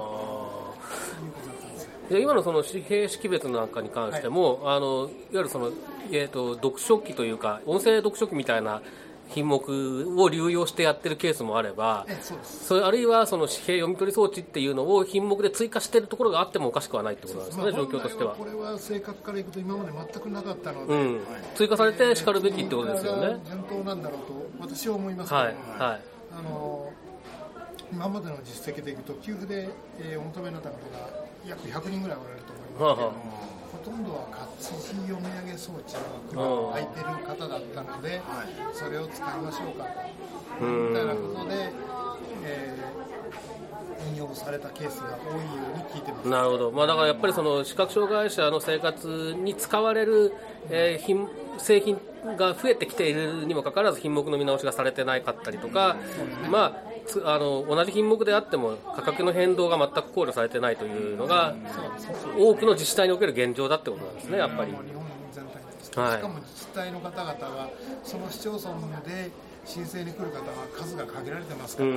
ですね。 今のその紙幣識別なんかに関しても、はい、あのいわゆるその、えーと、読書機というか音声読書機みたいな品目を流用してやってるケースもあれば、それあるいはその紙幣読み取り装置っていうのを品目で追加しているところがあってもおかしくはないってことなんですね、まあ、状況としては。 これは正確からいくと今まで全くなかったので、 うん、追加されてしかるべきってことですよね。 順当なんだろうと私は思いますけど、はいはい、あの今までの実績でいくと給付で、えー、お求めになった方が約ひゃくにんぐらいおられると思いますけど、はあはあ、ほとんどは活字読み上げ装置が空いてる方だったので、それを使いましょうかとみたいなことで、えー、引用されたケースが多いように聞いてます。 なるほど、まあ、だからやっぱりその視覚障害者の生活に使われる、えー、品製品が増えてきているにもかかわらず品目の見直しがされてないかったりとか、まああの同じ品目であっても価格の変動が全く考慮されてないというのが多くの自治体における現状だってことなんですね、やっぱり。 日本全体として、はい、しかも自治体の方々はその市町村で申請に来る方は数が限られてますから、うん、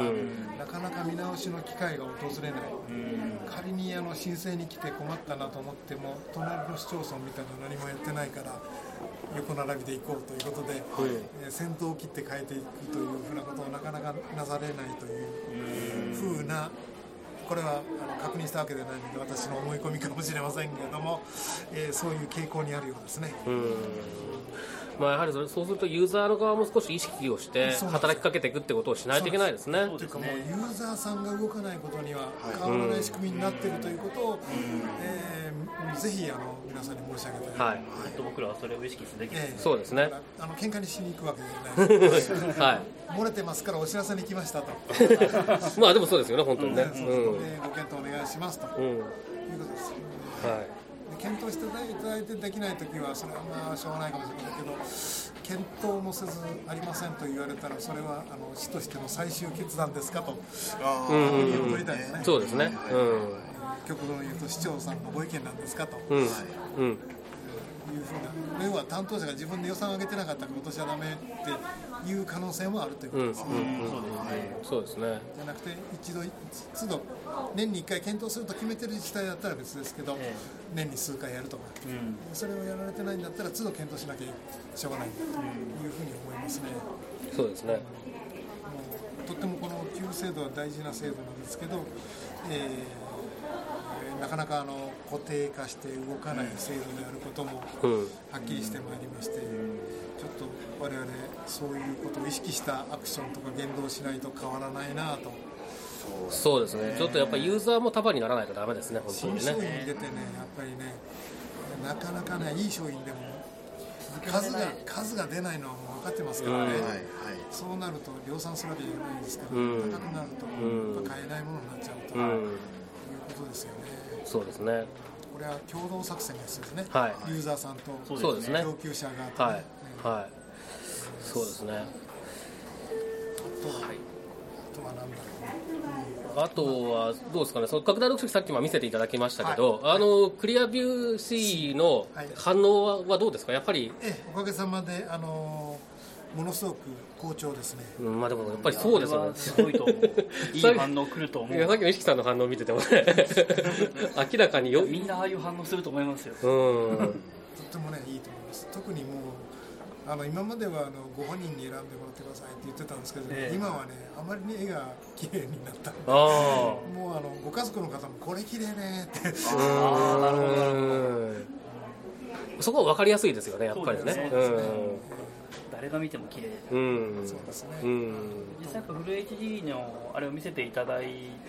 なかなか見直しの機会が訪れない、うん、仮にあの申請に来て困ったなと思っても隣の市町村みたいなの何もやってないから横並びで行こうということで、うんえー、先頭を切って変えていくというふうなことをなかなかなされないというふうな、これはあの確認したわけではないので私の思い込みかもしれませんけれども、えー、そういう傾向にあるようですね。 うんまあ、やはりそうするとユーザーの側も少し意識をして働きかけていくってことをしないといけないですね。 というかもうユーザーさんが動かないことには変わらない仕組みになっているということを、えー、ぜひあの皆さんに申し上げたい、はい、 僕らはそれを意識すべきです、 えー、そうですね。 あの喧嘩にしに行くわけじゃないです、はい、漏れてますからお知らせに来ましたとまあでもそうですよね、本当にね、 うんうん、ご検討お願いしますと、うん、いうことですよね、はい。検討していただいてできないときはそれはまあしょうがないかもしれないけど、検討もせずありませんと言われたらそれはあの市としての最終決断ですかと確認を取りたいですね。 そうですね、うん、 極論言うと市長さんのご意見なんですかと、 うんうんいうふうな、要は担当者が自分で予算を上げてなかったから今年はダメっていう可能性もあるということですね。 そうですね。 じゃなくて一度都度年にいっかい検討すると決めてる自治体だったら別ですけど、えー、年に数回やるとか、うん、それをやられてないんだったら都度検討しなきゃしょうがないというふうに思いますね。 そうですね。もうとってもこの給付制度は大事な制度なんですけど、えーなかなかあの固定化して動かない制度であることもはっきりしてまいりまして、ちょっと我々そういうことを意識したアクションとか言動しないと変わらないなと。 そうですね、ちょっとやっぱりユーザーも束にならないとダメですね、本当にね。 新商品出てね、やっぱりね、なかなかね、いい商品でも数が数が出ないのはもう分かってますからね、うんはいはい、そうなると量産するわけじゃないんですけど、うん、高くなると、うん、買えないものになっちゃうと、うん、いうことですよね。 そうですね。 これは共同作戦ですよね、 はい、 ユーザーさんとそうですね、 供給者が、ね、 はい、はい、そうですね。 あとは、はい、あとは何だろう、 うん、あとはどうですかね、その拡大読書機さっきも見せていただきましたけど、はい、あのクリアビュー C の反応はどうですか、やっぱり。 ええ、おかげさまであのものすごく好調ですね。 うん、まあでもやっぱりそうですよね。 すごいと思う。いい反応来ると思う。 いやさっきの石木さんの反応を見ててもね明らかによみんなああいう反応すると思いますよ。 うんとってもねいいと思います。特にもうあの今まではあのご本人に選んでもらってくださいって言ってたんですけど、えー、今はねあまりに絵が綺麗になったんで、あもうあのご家族の方もこれ綺麗ねって。 ああなるほどなるほど。そこは分かりやすいですよね、やっぱりね。 誰が見ても綺麗で、 うん、そうですね、うん、 実際やっぱフル エイチディー のあれを見せていただい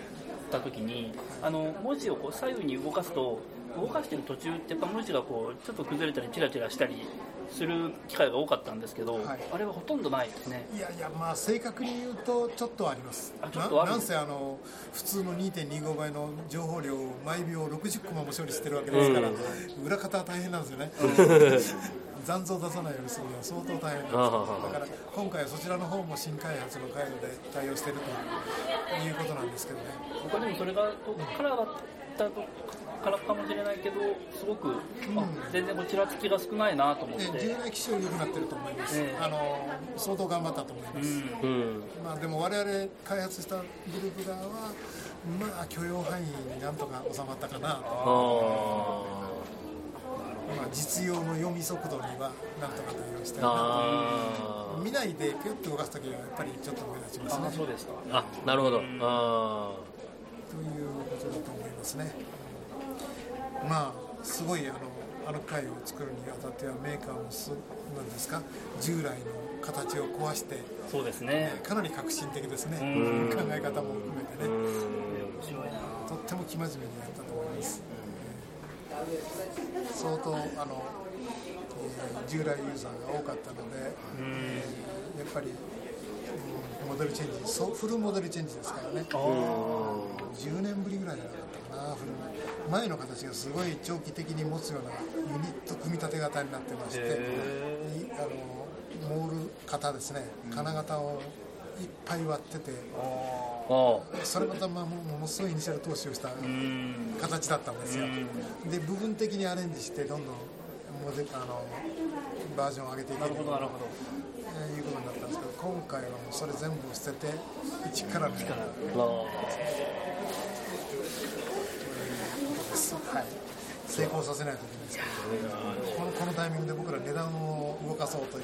た時にあの文字をこう左右に動かすと動かしてる途中ってやっぱ文字がこうちょっと崩れたりチラチラしたりする機会が多かったんですけど、はい、あれはほとんどないですね。 いやいや、まあ正確に言うとちょっとあります。 あ、ちょっとある。 な, なんせあの普通の にてんにご 倍の情報量を毎秒ろくじゅっコマも処理してるわけですから、うん、裏方は大変なんですよね。残像出さないようにするのは相当大変なんです。だから今回はそちらの方も新開発の回路で対応しているということなんですけどね。 他でもそれがカラーだったからかもしれないけど、すごく、うん、全然こうちらつきが少ないなと思って、 従来機種より良くなってると思います、えー、あの相当頑張ったと思います、うん、まあ、でも我々開発したグループ側はまあ許容範囲になんとか収まったかなと。まあ、実用の読み速度にはなんとか対応したいな。見ないでピュッと動かすときはやっぱりちょっと目立ちますね。 あ、そうですか。 あ、なるほど。あということだと思いますね。まあすごいあのあの回を作るにあたってはメーカーもすなんですか従来の形を壊してそうですね、 かなり革新的ですね。考え方も含めてね、とっても生真面目にやったと思います。相当あの、えー、従来ユーザーが多かったので、えー、やっぱり、うん、モデルチェンジそうフルモデルチェンジですからね。じゅうねんぶりぐらいじゃなかったかな。フル前の形がすごい長期的に持つようなユニット組み立て型になってまして、あのモール型ですね、金型をいっぱい割ってて、それまたまあものすごいイニシャル投資をした形だったんですよ。で部分的にアレンジしてどんどんモデあのバージョンを上げていけるということになったんですけど、今回はもうそれ全部捨てて一からの力はい、成功させないといけないですけど、この、このタイミングで僕ら値段を動かそうという、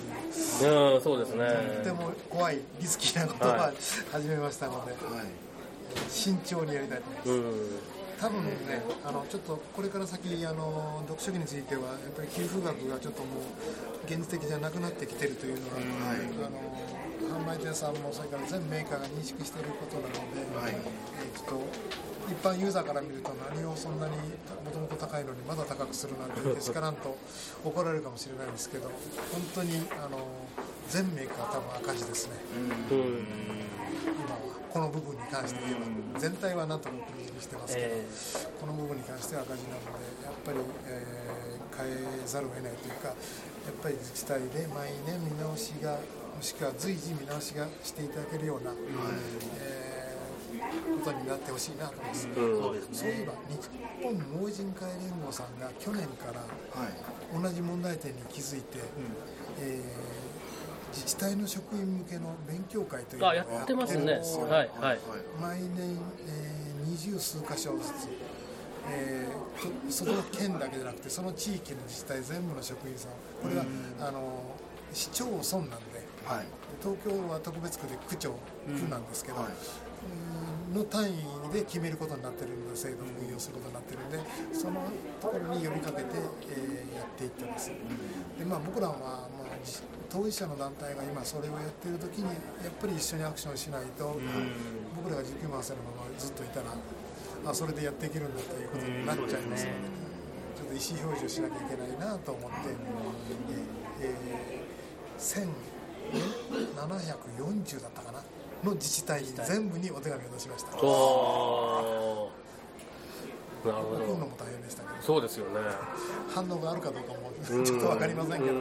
うん、そうですね、 とても怖いリスキーなことを始めましたので、はい、慎重にやりたいと思います。うん、多分ね、あのちょっとこれから先あの読書機についてはやっぱり給付額がちょっともう現実的じゃなくなってきてるというのは、はい、あの販売店さんもそれから全メーカーが認識していることなので、はい、えー、ちょっと一般ユーザーから見ると何をそんなにもともと高いのにまだ高くするなんてけしからんと怒られるかもしれないんですけど、本当にあの全メーカー多分赤字ですね。うん、今はこの部分に関して言えば、全体はなんとか黒字にしてますけど、えー、この部分に関しては赤字なのでやっぱり、えー、変えざるを得ないというか、やっぱり自治体で毎年見直しがもしくは随時見直しがしていただけるような、うん、えーことになってほしいなと思います。うん、そういえば日本盲人会連合さんが去年から同じ問題点に気づいて、はい、えー、自治体の職員向けの勉強会というのをやってるんですよ。 はいはい、 毎年、えー、二十数箇所ずつ、えー、その県だけじゃなくてその地域の自治体全部の職員さん、これは、うん、あの市町村なんで、はい、東京は特別区で区長、区なんですけど、うん、はい、の単位で決めることになっているので、制度を運用することになっているので、そのところに呼びかけて、えー、やっていってます。で、まあ、僕らは、まあ、当事者の団体が今それをやっているときにやっぱり一緒にアクションしないと、僕らがじゅうきゅうまんせんのままずっといたら、あ、それでやっていけるんだということになっちゃいますので、ちょっと意思表示をしなきゃいけないなと思って、えー、せんななひゃくよんじゅうだったかなの自治体全部にお手紙を出しました。おー、なるほど。送るのも大変でしたけど、 そうですよね。 反応があるかどうかもちょっと分かりませんけど、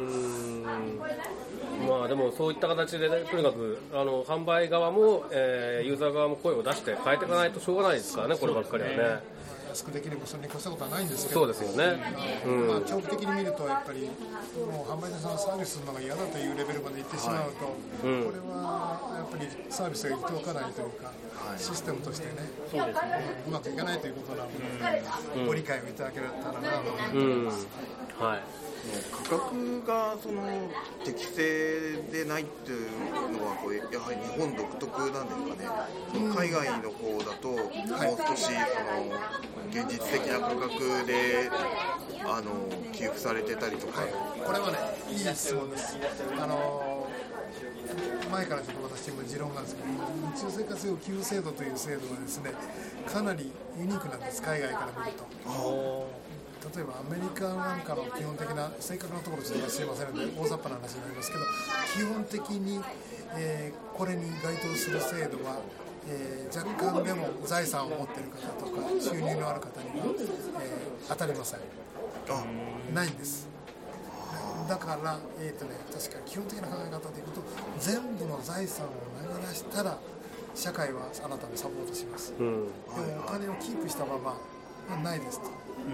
まあでもそういった形で、ね、とにかくあの販売側も、えー、ユーザー側も声を出して変えていかないとしょうがないですからね、こればっかりはね。 安くできればそれに越したことはないんですけど、そうですよね。 うん、まあ、長期的に見るとやっぱりもう販売店さんがサービスするのが嫌だというレベルまでいってしまうと、はい、うん、これはやっぱりサービスが行っておかないというか、はい、システムとしてね、そうですね、うまくいかないということなので、うん、ご理解をいただけたらなと思います。 うん、はい。 価格がその適正でないっていうのはこうやはり日本独特なんですかね。その海外の方だともう少しその現実的な価格であの給付されてたりとか、はい、 これはね、いい質問です。あの前からちょっと私も持論があるんですけど、日常生活用給付制度という制度はですね、かなりユニークなんです、海外から見ると。例えばアメリカなんかの基本的な正確なところちょっと知りませんので大雑把な話になりますけど、基本的に、えー、これに該当する制度は、えー、若干でも財産を持っている方とか収入のある方には、えー、当たりません。ないんです。だから、えーとね、確か基本的な考え方でいうと、全部の財産を投げ出したら社会はあなたをサポートします、うん、でもお金をキープしたままないですと、うん、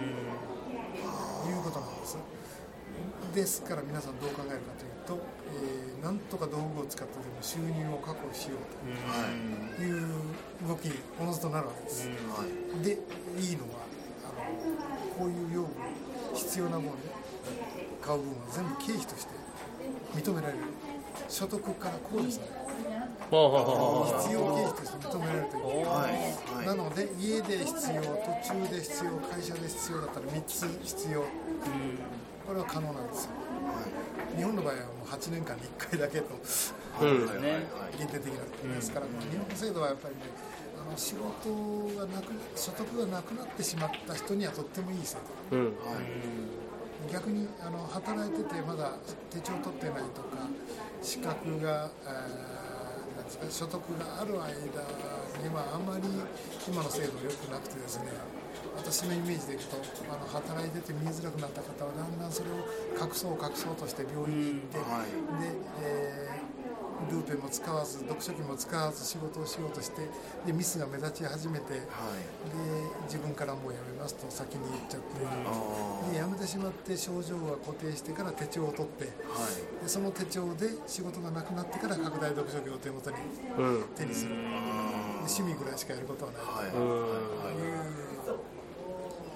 いうことなんです。ですから皆さんどう考えるかというと、えー、なんとか道具を使ってでも収入を確保しようという動きにおのずとなるわけです、うん、でいいのはあのこういう用具必要なもので買う分は全部経費として認められる、所得から控除される、必要経費として認められるという、はい、なので家で必要、途中で必要、会社で必要だったらみっつ必要、うん、これは可能なんですよ、はい、日本の場合はもうはちねんかんにいっかいだけと、うん、限定的なことですから、うん、日本の制度はやっぱりね、あの仕事がなくな所得がなくなってしまった人にはとってもいい制度、うん、はい、逆にあの働いててまだ手帳取ってないとか資格が、えー、なんですか、所得がある間にはあまり今の制度良くなくてですね、私のイメージでいくとあの働いてて見えづらくなった方はだんだんそれを隠そう隠そうとして病院に行って、うん、はい、で、えールーペも使わず読書器も使わず仕事をしようとして、でミスが目立ち始めて、はい、で自分からもうやめますと先に言っちゃって、うん、でやめてしまって症状が固定してから手帳を取って、はい、でその手帳で仕事がなくなってから拡大読書器を手元に手にする、うん、で趣味ぐらいしかやることはない、はい、という、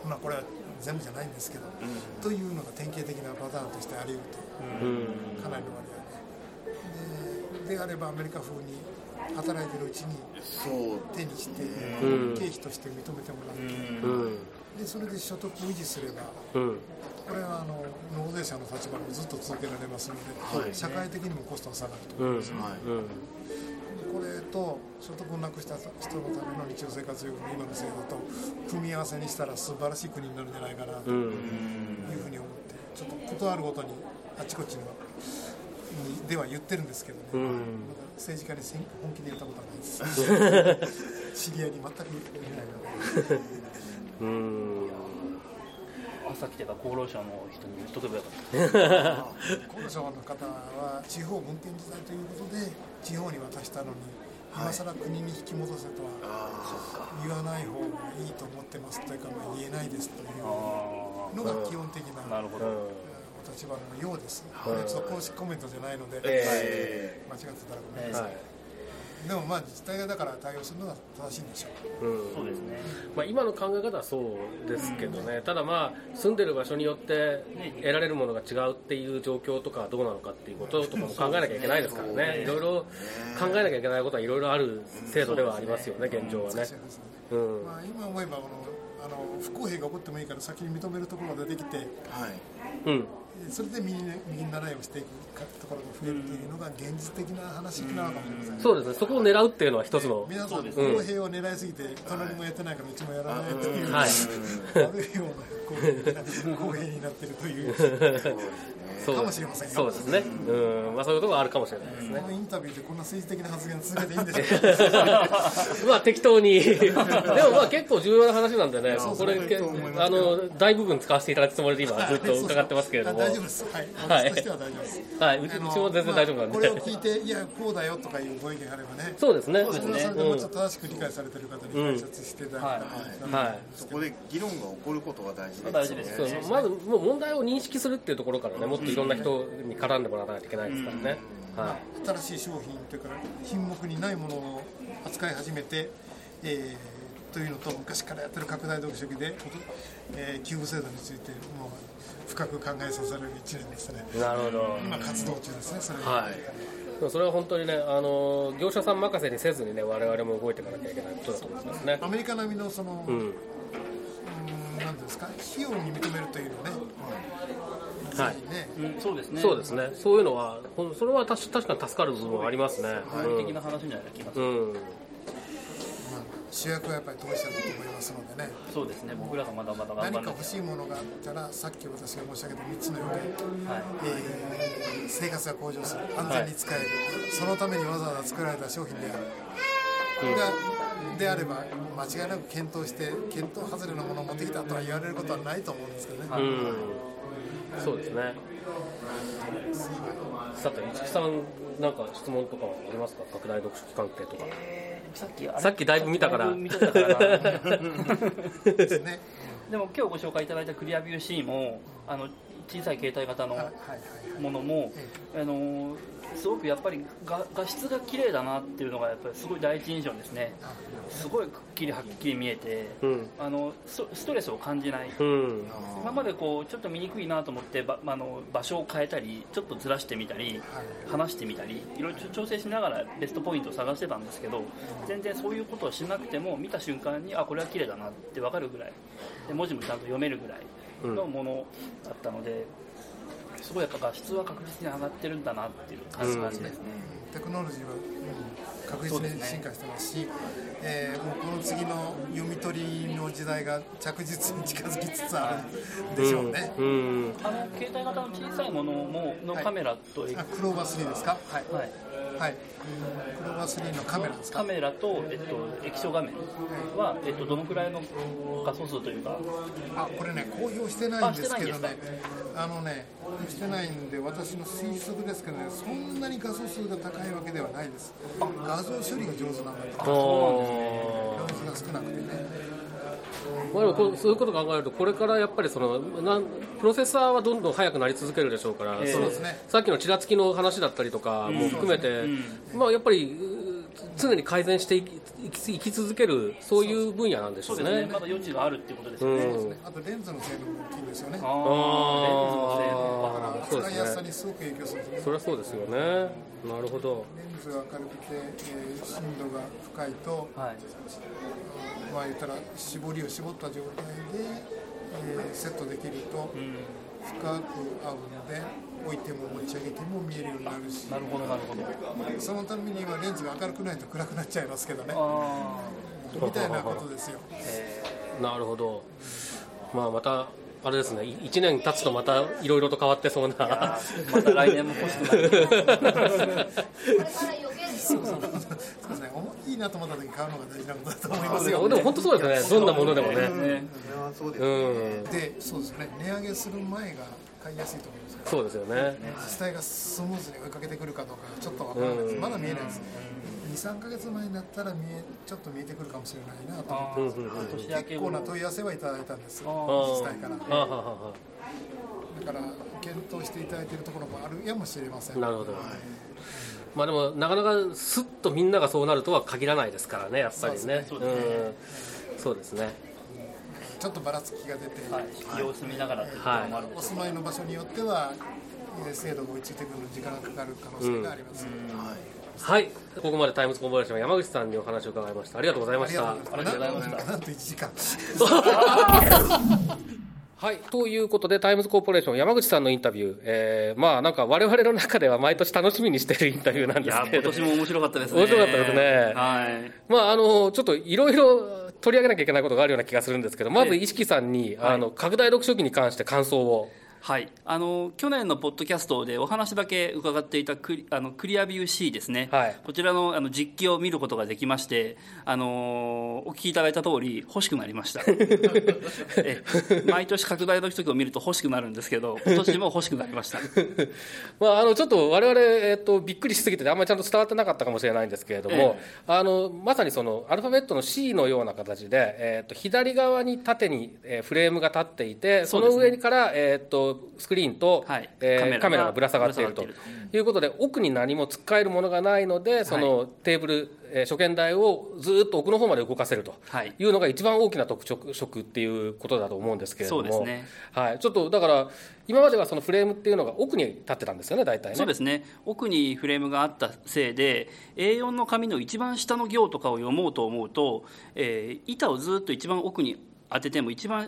まあ、これは全部じゃないんですけど、うん、というのが典型的なパターンとしてあり得ると、うん、かなりの割合であればアメリカ風に働いてるうちに手にして経費として認めてもらって、うん、でそれで所得を維持すれば、うん、これはあの納税者の立場もずっと続けられますので、はい、社会的にもコストが下がると思います、ね、うん、はい、これと所得をなくした人のための日常生活用具の今の制度と組み合わせにしたら素晴らしい国になるんじゃないかなというふうに思って、ちょっとことあるごとにあちこちのでは言ってるんですけどね、うん、政治家に本気で言ったことはないです知り合いに全く言えないのでうーん、 朝来てた厚労省の人に言っとけばよかった厚労省の方は地方分権時代ということで地方に渡したのに、今更国に引き戻せとは言わない方がいいと思ってますというか、まあ、言えないですというのが基本的な、なるほど立場のようです、はい、ちょっと公式コメントじゃないので、えー、間違ってたらごめんなさい、はい、でもまあ自治体がだから対応するのが正しいんでしょう、うん、 そうですね、 まあ、今の考え方はそうですけどね、うん、ただまあ住んでる場所によって得られるものが違うっていう状況とかどうなのかっていうこととかも考えなきゃいけないですからね、いろいろ考えなきゃいけないことはいろいろある制度ではありますよね、現状はね、 うん、まあ、今思えばこのあの不公平が起こってもいいから先に認めるところが出てきて、はい、うん、それで右に習いをしていくところが増えるというのが現実的な話なのかもしれません、うん、そうですね、 そこを狙うっていうのは一つの、 皆さん不公平を狙いすぎて、うん、隣もやってないからうちもやらないという、はい、悪いような公平になっているというかもしれませんよ。 そうですね、うん、まあ、そういうことがあるかもしれないですね。 このインタビューでこんな政治的な発言を続けていいんでしょうかまあ適当にでもまあ結構重要な話なんでね、これあの大部分使わせていただくつもりで今ずっと伺ってますけれども大丈夫です、はい、私としては大丈夫です、 はい、うちも全然大丈夫なんで、 まあ、これを聞いていやこうだよとかいうご意見があればね、 そうですね、 それはそれでもうちょっと正しく理解されている方に解説していただいたら、 うん、はいはい、そこで議論が起こることが大事です、ね、 大事です、 そう、まずもう問題を認識するっていうところからね、もっといろんな人に絡んでもらわないといけないですからね、 うん、はい、新しい商品というか品目にないものを扱い始めて、えー、というのと昔からやってる拡大読書器で、えー、給付制度についてもう深く考えさせられるいちねんですね。 なるほど、 今活動中ですね、それは、はい、それは本当にね、あの業者さん任せにせずにね、我々も動いていかなきゃいけないことだと思いますね。 アメリカ並みのその、うん、なんですか、費用に認めるというのね、 はいうん、そうですね。 そうですね。そういうのはほんそれは確確かに助かる部分はありますね。 具体的な話になる気がする。 うん。 主役はやっぱり当事者だと思いますのでね。 そうですね。僕らがまだまだ頑張ら何かなきゃ。 欲しいものがあったら、さっき私が申し上げたみっつの要件、 はい。 えー生活が向上する、安全に使える、そのためにわざわざ作られた商品である、がであれば間違いなく検討して検討外れのものを持ってきたとは言われることはないと思うんですけどね。 うん。そうですね。さて市木さんなんか質問とかありますか？拡大読書機関係とか。 えーさっきあれさっきだいぶ見たからだいぶ見とったからなですね。 でも今日ご紹介いただいたクリアビュー C もあの小さい携帯型のはいはいはい。 ものも、 えあのすごくやっぱり画画質が綺麗だなっていうのがやっぱりすごい第一印象ですね。すごいくっきりはっきり見えて、 うんあのスストレスを感じない、 うん。 今までこうちょっと見にくいなと思ってばあの場所を変えたりちょっとずらしてみたり離してみたりいろいろ調整しながらベストポイントを探してたんですけど、全然そういうことをしなくても見た瞬間にあこれは綺麗だなって分かるぐらいで文字もちゃんと読めるぐらいのものだったので、すごいやっぱ画質は確実に上がってるんだなっていう感じですね。 テクノロジーは、うん、確実に進化してますし、えーもうこの次の読み取りの時代が着実に近づきつつあるでしょうね。 うん。 あの携帯型の小さいものものカメラと、 あクローバースリーですか？はい。 はいはい。クローバースリーのカメラですか？ カメラと、えっと、液晶画面は、えっと、どのくらいの画素数というか。 あ、これね公表してないんですけどあしてないんね、あのねしてないんで私の推測ですけどね、そんなに画素数が高いわけではないです。画像処理が上手なんだあと。 ー画素が少なくてね。 まあ、でもこうそういうことを考えるとこれからやっぱりそのなんプロセッサーはどんどん速くなり続けるでしょうから、 えーそのそうですねさっきのちらつきの話だったりとかも含めて、まあ、やっぱり常に改善していき、いき、いき続けるそういう分野なんでしょそううですね。 ね。 まだ余地があるっていうことですよね。 うんあとレンズの性能も大きいんですよね。 ああ、レンズの性能。 そうで使いやすすね。 さにすごく影響するんですね。 それはそうですよね。なるほど。 レンズが明るくて、えー深度が深いと、 はい。 まあ言ったら絞りを絞った状態で、えーセットできるとうん。 深く合うので置いても持ち上げても見えるようになるし、 なるほどなるほど。 そのためにはレンズが明るくないと暗くなっちゃいますけどね、 あみたいなことですよ。 なるほど。まあまたあれですね。いちねん経つとまたいろいろと変わってそうな。 あ、また来年も欲しくなる。 そうそうですね。大きいなと思った時買うのが大事なことだと思いますよ。 でも本当そうですね。どんなものでもね。 ね。 それはそうですうね。 ん。 で、そうですね。値上げする前が買いやすいと思うんですよ。 そうですよね。 自治体がスムーズに追いかけてくるかどうかちょっとわからないです。 うんまだ見えないです。に、さんかげつまえになったら見えちょっと見えてくるかもしれないなと思って。 うんうんうん。 年明け結構な問い合わせはいただいたんです。 あ自治体から。 あははは。 だから検討していただいているところもあるやもしれません。 なるほど。まあでもなかなかスッとみんながそうなるとは限らないですからね、やっぱりね。 そうですねうん。そうですね。 ちょっとばらつきが出て、 はい。様子見ながらっていうところもあるんです。 お住まいの場所によってはえー精度が追いついてくるのに時間がかかる可能性があります。 はい。ここまでタイムズコンボレーション山口さんにお話を伺いました。ありがとうございまありした。 がとうございます。 ありがとうございましたななんといちじかん。 はい。ということで、タイムズコーポレーション山口さんのインタビュー、えー、まあなんか我々の中では毎年楽しみにしているインタビューなんいや、 ですけれど今年も面白かったですね。 面白かったですねはい。 まああの、ちょっといろいろ取り上げなきゃいけないことがあるような気がするんですけど、まず石木さんに、あの、拡大読書機に関して感想を。 はい、あの去年のポッドキャストでお話だけ伺っていたクリあのクリアビュー C ですね、 はい、 こちら の, あの実機を見ることができまして、あのお聞きいただいた通り欲しくなりましたえ毎年拡大読書機を見ると欲しくなるんですけど、今年も欲しくなりましたまあ、あのちょっと我々、えー、とびっくりしすぎてあんまりちゃんと伝わってなかったかもしれないんですけれども、ええ、あのまさにそのアルファベットの C のような形で、えー、と左側に縦に、えー、フレームが立っていて、その上から、えー、とスクリーンとはい、えー、カメラ、カメラがぶら下がっているということで、奥に何もつっかえるものがないので、そのテーブル、えー、書見台をずっと奥の方まで動かせるというのが一番大きな特色っていうことだと思うんですけれども、 そうですね、 はい、ちょっとだから今まではそのフレームっていうのが奥に立ってたんですよね、大体ね。 そうですね、奥にフレームがあったせいで エーよん の紙の一番下の行とかを読もうと思うと、えー、板をずっと一番奥に当てても一番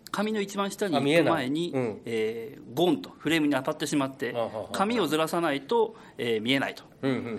紙の一番下に行く前に、うんえー、ゴンとフレームに当たってしまって紙をずらさないと、えー、見えないと、うんうんうんうん、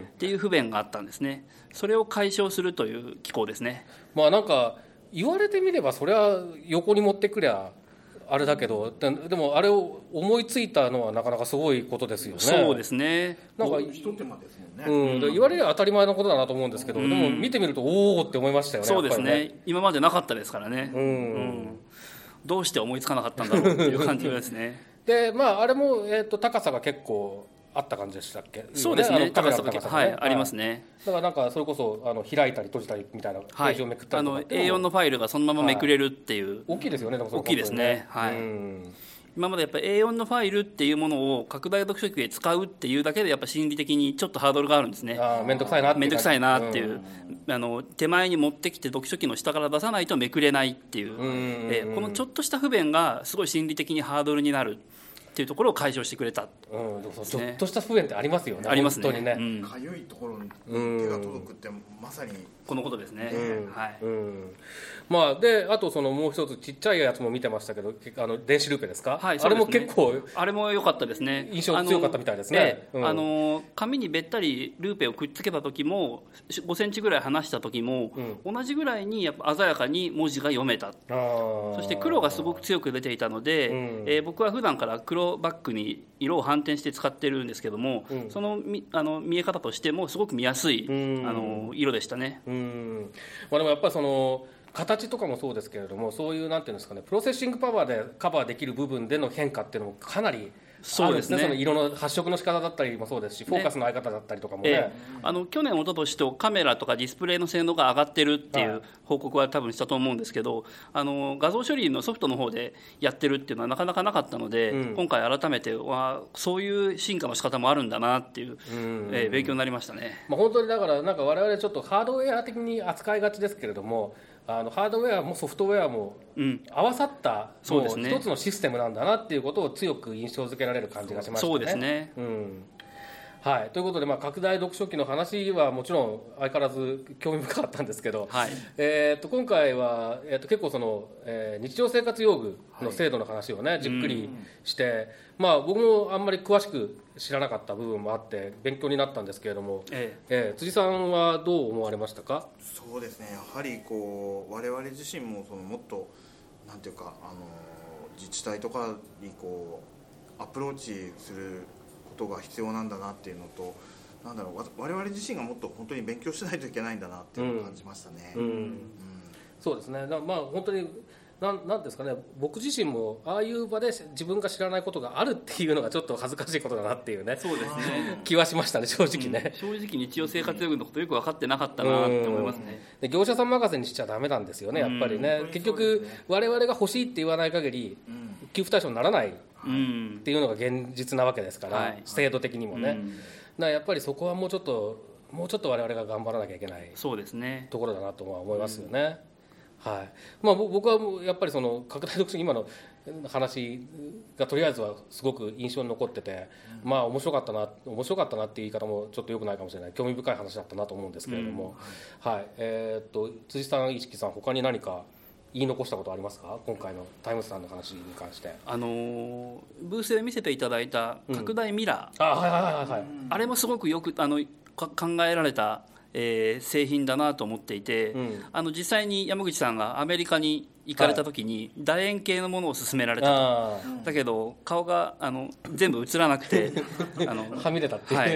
っていう不便があったんですね。それを解消するという機構ですね。 まあなんか言われてみればそれは横に持ってくりゃあれだけど、でもあれを思いついたのはなかなかすごいことですよね。 そうですね。 なんか一手間ですもんね、 うん、言われれば当たり前のことだなと思うんですけど、うん、でも見てみるとおおって思いましたよね。 そうです ね, ね今までなかったですからね、うんうん、どうして思いつかなかったんだろうっていう感じですねで、まあ、あれも、えーと、高さが結構あった感じでしたっけ。 そうですね、 カメラの高さが、ね、 はい、ありますね。 だからなんかそれこそあの開いたり閉じたりみたいなページをめくったりとか、はい、 あの エーよん のファイルがそのままめくれるっていう、はい、 大きいですよね。でもそれ大きいですね、はい、うん今までやっぱり エーよん のファイルっていうものを拡大読書器で使うっていうだけでやっぱ心理的にちょっとハードルがあるんですね。 あ面倒くさいなっていう、 面倒くさいなっていう、うん、あの手前に持ってきて読書器の下から出さないとめくれないっていう、うんえー、このちょっとした不便がすごい心理的にハードルになるっていうところを解消してくれた、 うん、ちょっとした不便ってありますよね。 ありますね。 本当にね、 うん、かゆいところに手が届くってまさにこのことですね、 うんはいうんまあ、であとそのもう一つちっちゃいやつも見てましたけど、あの電子ルーペですか、 はい、 あれも結構あれも良かったですね。 印象強かったみたいですね。 あの、うん、あの紙にべったりルーペをくっつけた時もごセンチぐらい離した時も、うん、同じぐらいにやっぱ鮮やかに文字が読めた。あそして黒がすごく強く出ていたので、うんえー、僕は普段から黒バックに色を反転して使ってるんですけども、うん、そのあの見え方としてもすごく見やすい、うん、あの色でしたね。 うんまあ、でもやっぱりその形とかもそうですけれども、そういうなんていうんですかね、プロセッシングパワーでカバーできる部分での変化っていうのもかなりあるんですね。その色の発色の仕方だったりもそうですし、フォーカスの合い方だったりとかもね、ねえー、あの去年一昨年とカメラとかディスプレイの性能が上がってるっていう報告は多分したと思うんですけど、あの画像処理のソフトの方でやってるっていうのはなかなかなかったので、うん、今回改めてはそういう進化の仕方もあるんだなっていう、うんえー、勉強になりましたね。 まあ、本当にだからなんか我々ちょっとハードウェア的に扱いがちですけれども、あのハードウェアもソフトウェアも合わさった、うん、もう一つのシステムなんだなっていうことを強く印象付けられる感じがしましたね。 そうですね、 うんはい、ということで、まあ、拡大読書器の話はもちろん相変わらず興味深かったんですけど、はいえー、と今回は、えー、と結構その、えー、日常生活用具の制度の話をね、はい、じっくりして、まあ、僕もあんまり詳しく知らなかった部分もあって勉強になったんですけれども、えええー、辻さんはどう思われましたか。 そうですね、やはりこう我々自身もそのもっとなんていうかあの自治体とかにこうアプローチすることが必要なんだなっていうのと、なんだろう、我々自身がもっと本当に勉強しないといけないんだなっていうのを感じましたね。うんうんうん、 そうですね。まあ本当になんなんですかね、僕自身もああいう場で自分が知らないことがあるっていうのがちょっと恥ずかしいことだなっていうね、 そうですね気はしましたね、正直ね、 うん、正直日常生活用具のことよく分かってなかったなって思いますね。 で業者さん任せにしちゃダメなんですよね、やっぱりね。結局我々が欲しいって言わない限り給付対象にならないっていうのが現実なわけですから、はい、制度的にもね、うん、だからやっぱりそこはもうちょっともうちょっと我々が頑張らなきゃいけないそうですねところだなとは思いますよね。うんはいまあ、僕はやっぱりその拡大読書今の話がとりあえずはすごく印象に残ってて、うん、まあ面白かったな面白かったなっていう言い方もちょっと良くないかもしれない、興味深い話だったなと思うんですけれども、うんはいえー、っと辻さん、一木さん、他に何か言い残したことありますか、今回のタイムスさんの話に関して。 あのー、ブースで見せていただいた拡大ミラー、 うん、あ, はいはいはいはい、 あれもすごくよくあの考えられたえー、製品だなと思っていて、うん、あの実際に山口さんがアメリカに行かれた時に楕円形のものを勧められたと、はい、だけど顔があの全部映らなくてあのはみ出たっていう、 はい、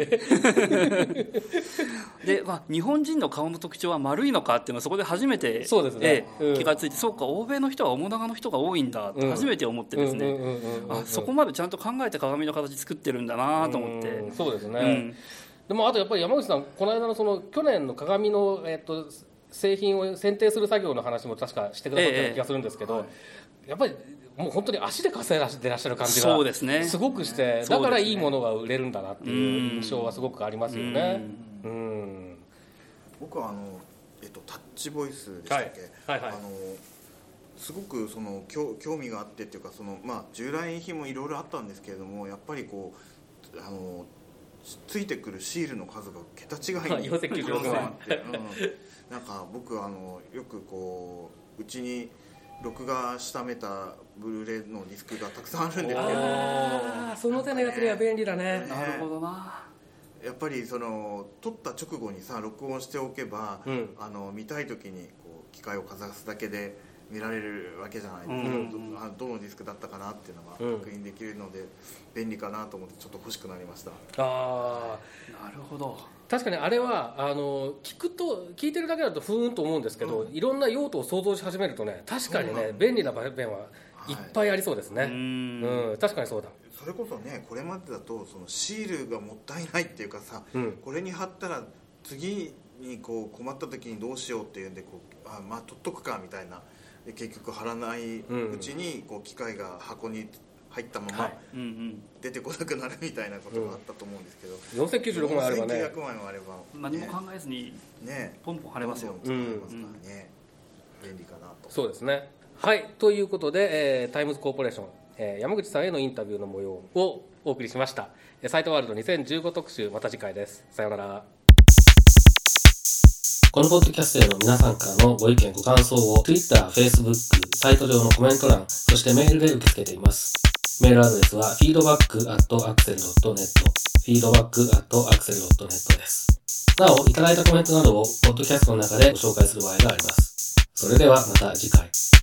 で、まあ、日本人の顔の特徴は丸いのかっていうのはそこで初めてそうですね、 えーうん、気がついて、そうか欧米の人は面長の人が多いんだって初めて思ってですね、そこまでちゃんと考えて鏡の形作ってるんだなと思って、 うん、そうですね、うんでもあとやっぱり山口さん、この間のその去年の鏡の、えっと、製品を選定する作業の話も確かしてくださったような気がするんですけど、ええはい、やっぱりもう本当に足で稼いでらっしゃる感じがすごくして、ね、だからいいものが売れるんだなっていう印象はすごくありますよね。うんうん僕はあの、えっと、タッチボイスでしたっけ、はいはいはい、あのすごくその興味があってっていうかその、まあ、従来品もいろいろあったんですけれども、やっぱりこうあのついてくるシールの数が桁違いに要請あって、うん、なんか僕あのよくこううちに録画しためたブルーレイのディスクがたくさんあるんですけど、 ああその手のやつには便利だね。 なるほどな。 やっぱりその撮った直後にさ録音しておけば、 うん、 あの見たい時にこう機械をかざすだけで見られるわけじゃないですか、 うん、 ど, どのディスクだったかなっていうのが確認できるので、うん、便利かなと思ってちょっと欲しくなりました。 ああ、なるほど。 確かにあれはあの聞くと聞いてるだけだとふーんと思うんですけど、うん、いろんな用途を想像し始めるとね確かにね便利な場面はいっぱいありそうですね、はい、うんうん確かにそうだ。 それこそねこれまでだとそのシールがもったいないっていうかさ、うん、これに貼ったら次にこう困った時にどうしようっていうんでこうあまあ取っとくかみたいなで結局貼らないうちにこう機械が箱に入ったまま出てこなくなるみたいなことがあったと思うんですけど、 よんせんきゅうじゅうろくまいあればねよんせんきゅうひゃくまいもあれば、 何も考えずにポンポン貼れますよ、 ね、使えますからね、うん、便利かなと。 そうですね。はいということで、えー、タイムズコーポレーション、えー、山口さんへのインタビューの模様をお送りしました。サイトワールドにせんじゅうご特集また次回です。さようなら。このポッドキャストへの皆さんからのご意見ご感想を Twitter、Facebook、サイト上のコメント欄、そしてメールで受け付けています。メールアドレスは フィードバック アット アクセル ドット ネット フィードバック アット アクセル ドット ネット です。なお、いただいたコメントなどをポッドキャストの中でご紹介する場合があります。それではまた次回。